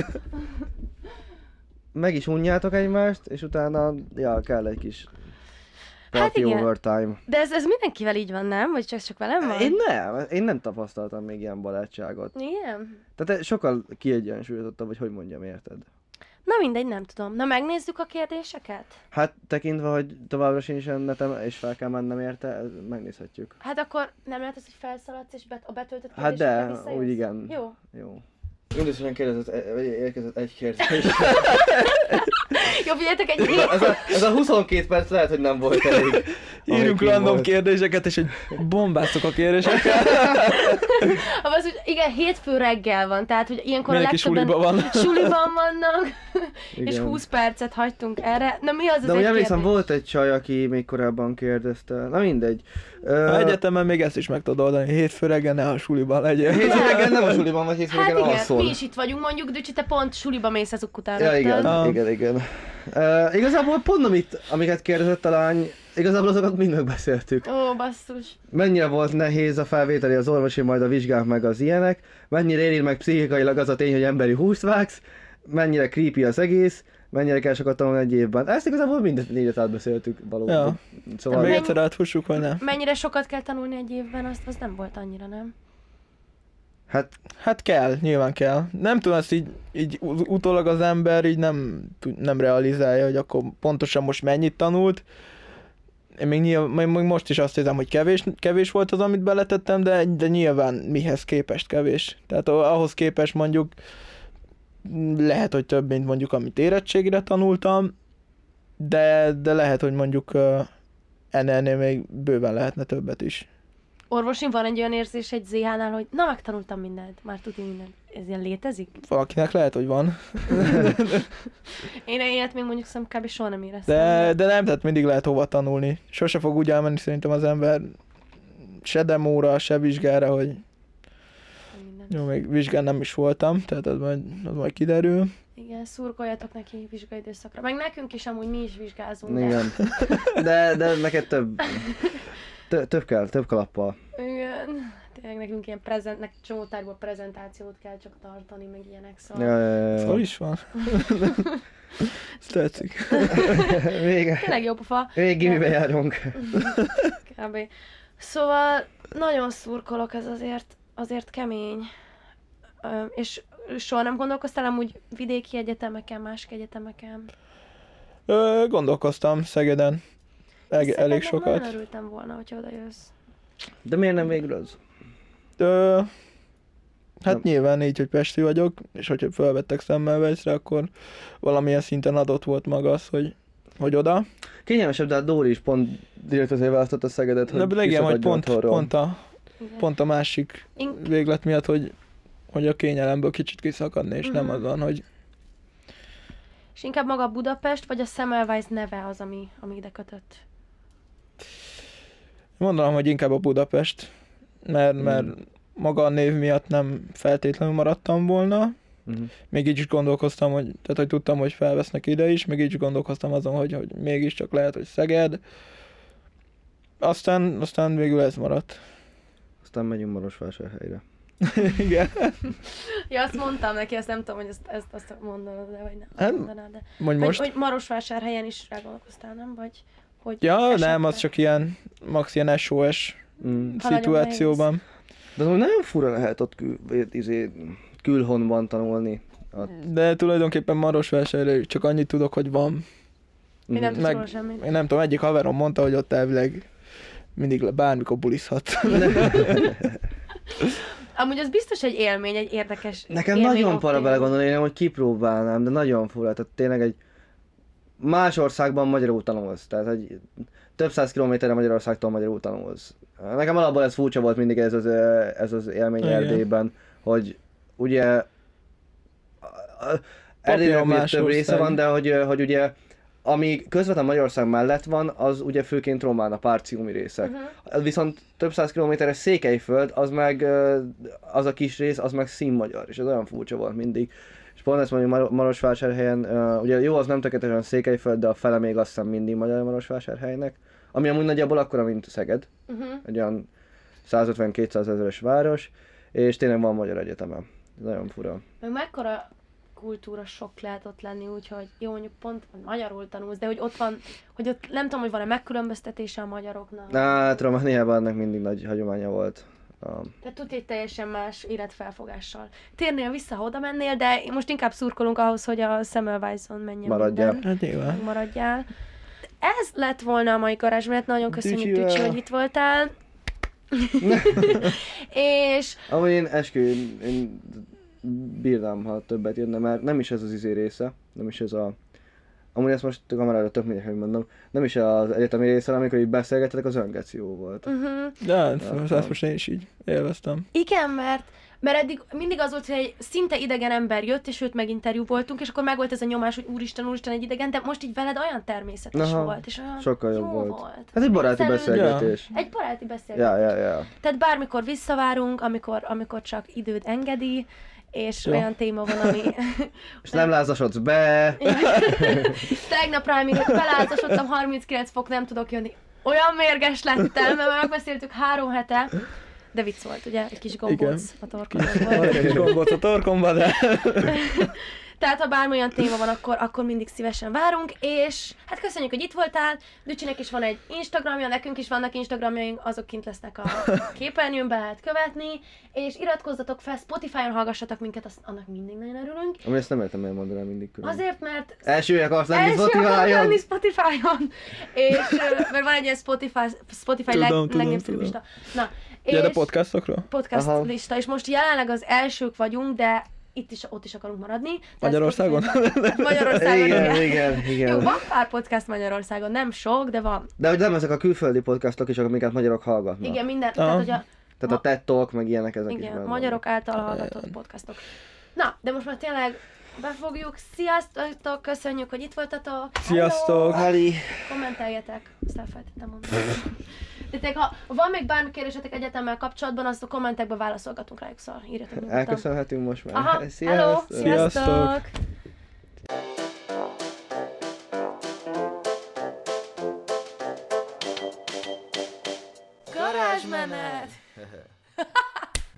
Speaker 2: meg is unjátok egymást, és utána, ja, kell egy kis
Speaker 1: Hát
Speaker 2: party
Speaker 1: igen.
Speaker 2: overtime.
Speaker 1: De ez, ez mindenkivel így van, nem? Vagy csak, csak velem van?
Speaker 2: Én nem, én nem tapasztaltam még ilyen barátságot.
Speaker 1: Igen.
Speaker 2: Tehát sokkal kiegyensúlyozottabb, vagy hogy mondjam, érted?
Speaker 1: Na mindegy, nem tudom. Na megnézzük a kérdéseket?
Speaker 2: Hát tekintve, hogy továbbra sincs netem, és fel kell mennem érte, ez- megnézhetjük.
Speaker 1: Hát akkor nem lehet az, hogy felszaladsz és bet- a betöltött
Speaker 2: Hát
Speaker 1: kérdésekre
Speaker 2: de,
Speaker 1: visszajössz?
Speaker 2: úgy igen.
Speaker 1: Jó.
Speaker 2: Jó. Mindösszesen kérdezett, vagy érkezett egy kérdés.
Speaker 1: Jó, figyeljetek, egy
Speaker 2: ez, a, ez a huszonkét perc lehet, hogy nem volt elég.
Speaker 3: Írunk
Speaker 2: ami
Speaker 3: random
Speaker 2: volt.
Speaker 3: kérdéseket, és hogy bombáztok a kérdésekkel.
Speaker 1: az, hogy igen, hétfő reggel van, tehát hogy ilyenkor
Speaker 3: Mindenki
Speaker 1: a legtöbben
Speaker 3: suliba van.
Speaker 1: suliban vannak, és
Speaker 2: Igen.
Speaker 1: húsz percet hagytunk erre. Na mi az az
Speaker 2: De úgy
Speaker 1: egy
Speaker 2: emlékszem,
Speaker 1: kérdés?
Speaker 2: volt egy csaj, aki még korábban kérdezte. Na mindegy. Ö,
Speaker 3: Ha egyetemen még ezt is meg tudod oldani, hétfő reggel ne a suliban legyél.
Speaker 2: Hétfő reggel nem a suliban vagy, hétfő
Speaker 1: Hát
Speaker 2: reggel
Speaker 1: igen,
Speaker 2: alszol.
Speaker 1: mi is itt vagyunk, mondjuk, Dücsi, te pont suliba mész azok után.
Speaker 2: Ja, igen,
Speaker 1: rögtön.
Speaker 3: Ah.
Speaker 2: igen, igen. Uh, igazából pont amit, amiket kérdezett a lány, igazából azokat mind megbeszéltük.
Speaker 1: Ó, basszus.
Speaker 2: Mennyire volt nehéz a felvételi, az orvosi, majd a vizsgák meg az ilyenek, mennyire éri meg pszichikailag az a tény, hogy emberi húst vágsz, mennyire creepy az egész, mennyire kell sokat tanulni egy évben. Ezt igazából mindet négyet átbeszéltük valóban.
Speaker 3: Ja.
Speaker 2: Szóval
Speaker 3: Még
Speaker 1: Mennyi-
Speaker 3: egyszer átfussuk, vagy nem?
Speaker 1: Mennyire sokat kell tanulni egy évben, azt az nem volt annyira, nem?
Speaker 2: hát
Speaker 3: Hát kell, nyilván kell. Nem tudom, ezt így, így u- utólag az ember így nem, tud- nem realizálja, hogy akkor pontosan most mennyit tanult. Én még, nyilván, még még most is azt hiszem, hogy kevés, kevés volt az, amit beletettem, de, de nyilván mihez képest kevés. Tehát ahhoz képest mondjuk lehet, hogy több, mint mondjuk amit érettségre tanultam, de, de lehet, hogy mondjuk uh, ennél még bőven lehetne többet is.
Speaker 1: Orvosin van egy olyan érzés egy zé há-nál, hogy na, megtanultam mindent, már tudni mindent. Ez ilyen létezik?
Speaker 3: Valakinek lehet, hogy van.
Speaker 1: Én ilyet még mondjuk szerintem kb. Soha nem éreztem.
Speaker 3: De, de nem, tehát mindig lehet hova tanulni. Sose fog úgy elmenni szerintem az ember se demóra, se vizsgára, hogy
Speaker 1: Minden.
Speaker 3: jó, még vizsgán nem is voltam, tehát az majd, az majd kiderül.
Speaker 1: Igen, szurkoljatok neki vizsgai időszakra. Meg nekünk is amúgy mi is vizsgázunk. de-
Speaker 2: igen. De, de neked több, tö- több kell, több kalappal.
Speaker 1: Igen. Tényleg nekünk ilyen prezent, csomótárból prezentációt kell csak tartani, meg ilyenek, szóval.
Speaker 2: Ja, ja, ja,
Speaker 3: Szóval
Speaker 2: ja.
Speaker 3: is van. Ez tetszik.
Speaker 2: Vége.
Speaker 1: Tényleg jó pofa.
Speaker 2: Még gimibe járunk.
Speaker 1: Kb. Szóval nagyon szurkolok, ez azért, azért kemény. Ö, és soha nem gondolkoztál amúgy vidéki egyetemeken, másik egyetemeken?
Speaker 3: Ö, gondolkoztam Szegeden. El,
Speaker 1: Szegednek
Speaker 3: elég sokat.
Speaker 1: Nagyon örültem volna, hogyha oda jössz.
Speaker 2: De miért nem végül az?
Speaker 3: Ö, hát
Speaker 2: Nem.
Speaker 3: nyilván így, hogy pesti vagyok, és hogyha felvettek Szemmelweisre, akkor valamilyen szinten adott volt maga az, hogy, hogy oda.
Speaker 2: Kényelmesebb, de a Dóri is pont direkt azért választott a Szegedet, hogy
Speaker 3: De igen, hogy
Speaker 2: kiszakadjon
Speaker 3: pont,
Speaker 2: otthonról.
Speaker 3: pont, a,
Speaker 1: Igen.
Speaker 3: pont a másik
Speaker 1: Én-
Speaker 3: véglet miatt, hogy, hogy a kényelemből kicsit kiszakadni, és nem
Speaker 1: Mhm.
Speaker 3: azon, hogy
Speaker 1: És inkább maga Budapest, vagy a Semmelweis neve az, ami, ami ide kötött?
Speaker 3: mondanám, hogy inkább a Budapest, mert, mert
Speaker 2: Mm.
Speaker 3: maga a név miatt nem feltétlenül maradtam volna.
Speaker 2: Uh-huh.
Speaker 3: Még így is gondolkoztam, hogy, tehát, hogy tudtam, hogy felvesznek ide is, még így is gondolkoztam azon, hogy, hogy mégiscsak lehet, hogy Szeged. Aztán, aztán végül ez maradt.
Speaker 2: Aztán megyünk Marosvásárhelyre.
Speaker 3: Igen.
Speaker 1: Ja, azt mondtam neki, azt nem tudom, hogy ezt, ezt azt mondanod, de vagy nem
Speaker 3: Hát,
Speaker 1: mondanád, de...
Speaker 3: Mondj
Speaker 1: Hogy,
Speaker 3: most.
Speaker 1: hogy Marosvásárhelyen is rágondolkoztál, nem? Vagy hogy
Speaker 3: Ja,
Speaker 1: esetleg?
Speaker 3: nem, az csak ilyen, max ilyen es o es
Speaker 2: Mm.
Speaker 1: Ha nagyon
Speaker 3: szituációban.
Speaker 2: De az nagyon fura lehet ott kül, izé, külhonban tanulni. Ott.
Speaker 3: De tulajdonképpen Marosvásárhelyről csak annyit tudok, hogy van.
Speaker 1: Mi nem tudsz
Speaker 3: Meg-
Speaker 1: róla semmit.
Speaker 3: Én nem tudom, egyik haverom mondta, hogy ott elvileg mindig le- bármikor bulizhat.
Speaker 1: Amúgy az biztos egy élmény, egy érdekes
Speaker 2: Nekem
Speaker 1: élmény
Speaker 2: nagyon
Speaker 1: ott
Speaker 2: para
Speaker 1: élni.
Speaker 2: belegondolni, én hogy kipróbálnám, de nagyon fura, tehát tényleg egy más országban magyarul tanulsz, tehát egy több száz kilométerre Magyarországtól magyarul tanulsz. Nekem alapból ez furcsa volt mindig ez az, ez az élmény
Speaker 3: Igen.
Speaker 2: Erdélyben, hogy ugye Erdélynek ugye
Speaker 3: más
Speaker 2: több része
Speaker 3: ország.
Speaker 2: van, de hogy, hogy ugye ami közvetlen Magyarország mellett van, az ugye főként román, a párciumi részek. Uh-huh. Viszont több száz kilométeres Székelyföld, az meg, ö, az a kis rész, az meg színmagyar, és ez olyan furcsa volt mindig. És pont ezt mondjuk Mar- Marosvásárhelyen, ö, ugye jó, az nem tökéletesen Székelyföld, de a fele még azt hiszem mindig magyar Marosvásárhelynek, ami amúgy nagyjából akkora, mint Szeged,
Speaker 1: Uh-huh.
Speaker 2: egy olyan százötven-kétszáz ezeres város, és tényleg van magyar egyetemen. Ez nagyon fura.
Speaker 1: Meg mekkora kultúra sok lehet ott lenni, úgyhogy jó, mondjuk pont magyarul tanulsz, de hogy ott van, hogy ott nem tudom, hogy van-e megkülönböztetése a magyaroknak.
Speaker 2: Hát Romániában ennek mindig nagy hagyománya volt. Um,
Speaker 1: Tehát tudja, egy teljesen más életfelfogással. Térnél vissza, ha oda mennél, de most inkább szurkolunk ahhoz, hogy a Semmelweis-on menjen
Speaker 2: Maradjál.
Speaker 1: minden.
Speaker 3: Hát nyilván.
Speaker 1: Maradjál. Ez lett volna a mai garázsmenet, nagyon köszönjük,
Speaker 2: Tücsivel.
Speaker 1: Tücsi, hogy itt voltál. És
Speaker 2: Amúgy én eskü, én, én bírnám, ha többet jönne, mert nem is ez az izé része, nem is ez a... Amúgy ezt most a kamerára tök mindegy, hogy mondom, nem is az egyetemi része, amikor így beszélgettetek, az öngeció volt.
Speaker 1: uh-huh.
Speaker 3: De hát, ezt most én is így élveztem.
Speaker 1: Igen, mert, mert eddig mindig az volt, hogy egy szinte idegen ember jött, és őt meginterjú voltunk, és akkor megvolt ez a nyomás, hogy úristen, úristen, egy idegen, de most így veled olyan természetes
Speaker 2: Aha,
Speaker 1: volt, és olyan
Speaker 2: sokkal jobb
Speaker 1: jó
Speaker 2: volt.
Speaker 1: volt.
Speaker 2: Ez egy baráti
Speaker 1: Egyszerűen-
Speaker 2: beszélgetés.
Speaker 1: Egy baráti beszélgetés.
Speaker 2: Ja, ja, ja.
Speaker 1: Tehát bármikor visszavárunk, amikor, amikor csak időd engedi, és
Speaker 3: Jó.
Speaker 1: olyan téma van, ami...
Speaker 2: És nem lázasodsz be.
Speaker 1: Tegnap rá, amikor belázasodtam, harminckilenc fok, nem tudok jönni. Olyan mérges lettem, mert megbeszéltük három hete, de vicc volt, ugye? Egy kis gombóc a torkodon
Speaker 3: Van
Speaker 1: volt.
Speaker 3: egy kis gombóc a torkomba, de...
Speaker 1: Tehát ha bármilyen téma van, akkor, akkor mindig szívesen várunk, és hát köszönjük, hogy itt voltál. Dücsinek is van egy Instagramja, nekünk is vannak Instagramjaink, azok kint lesznek a képernyőn, be lehet követni, és iratkozzatok fel, Spotify-on hallgassatok minket, azt, annak mindig nagyon örülünk.
Speaker 2: Amúgy ezt nem értem, miért mondanám mindig külön.
Speaker 1: Azért, mert
Speaker 2: Elsője akarsz lenni
Speaker 1: első akarok
Speaker 2: Spotify-on.
Speaker 1: lenni Spotify-on, és ö, mert van egy ilyen Spotify, Spotify
Speaker 3: Tudom,
Speaker 1: leg,
Speaker 3: tudom,
Speaker 1: legnépszerűbb
Speaker 3: tudom.
Speaker 1: lista. Na,
Speaker 3: Ja, de
Speaker 1: és
Speaker 3: podcastokról?
Speaker 1: podcast
Speaker 2: Aha.
Speaker 1: lista, és most jelenleg az elsők vagyunk, de itt is, ott is akarunk maradni. Tehát
Speaker 3: Magyarországon?
Speaker 1: Spotify- Magyarországon, igen.
Speaker 2: Igen, igen, igen.
Speaker 1: Jó, van pár podcast Magyarországon, nem sok, de van.
Speaker 2: De hogy nem ezek a külföldi podcastok is, amiket magyarok hallgatnak.
Speaker 1: Igen, minden,
Speaker 3: Aha.
Speaker 1: tehát hogy a,
Speaker 2: Tehát a TED Talk, meg ilyenek ezek is
Speaker 1: igen,
Speaker 2: benne
Speaker 1: magyarok által
Speaker 3: Ajaj.
Speaker 1: hallgatott podcastok. Na, de most már tényleg befogjuk. Sziasztok, köszönjük, hogy itt voltatok.
Speaker 3: Sziasztok.
Speaker 1: Hello.
Speaker 2: Ali.
Speaker 1: Kommenteljetek, azt elfelejtettem mondani. De tényleg, ha van még bármi kérdésetek egyetemmel kapcsolatban, azt a kommentekben válaszolgatunk rájuk, szóval írjatok nyugodtan.
Speaker 2: Elköszönhetünk most már.
Speaker 1: Aha, hello,
Speaker 2: Sziasztok.
Speaker 1: sziasztok!
Speaker 3: Sziasztok.
Speaker 1: Garázsmenet!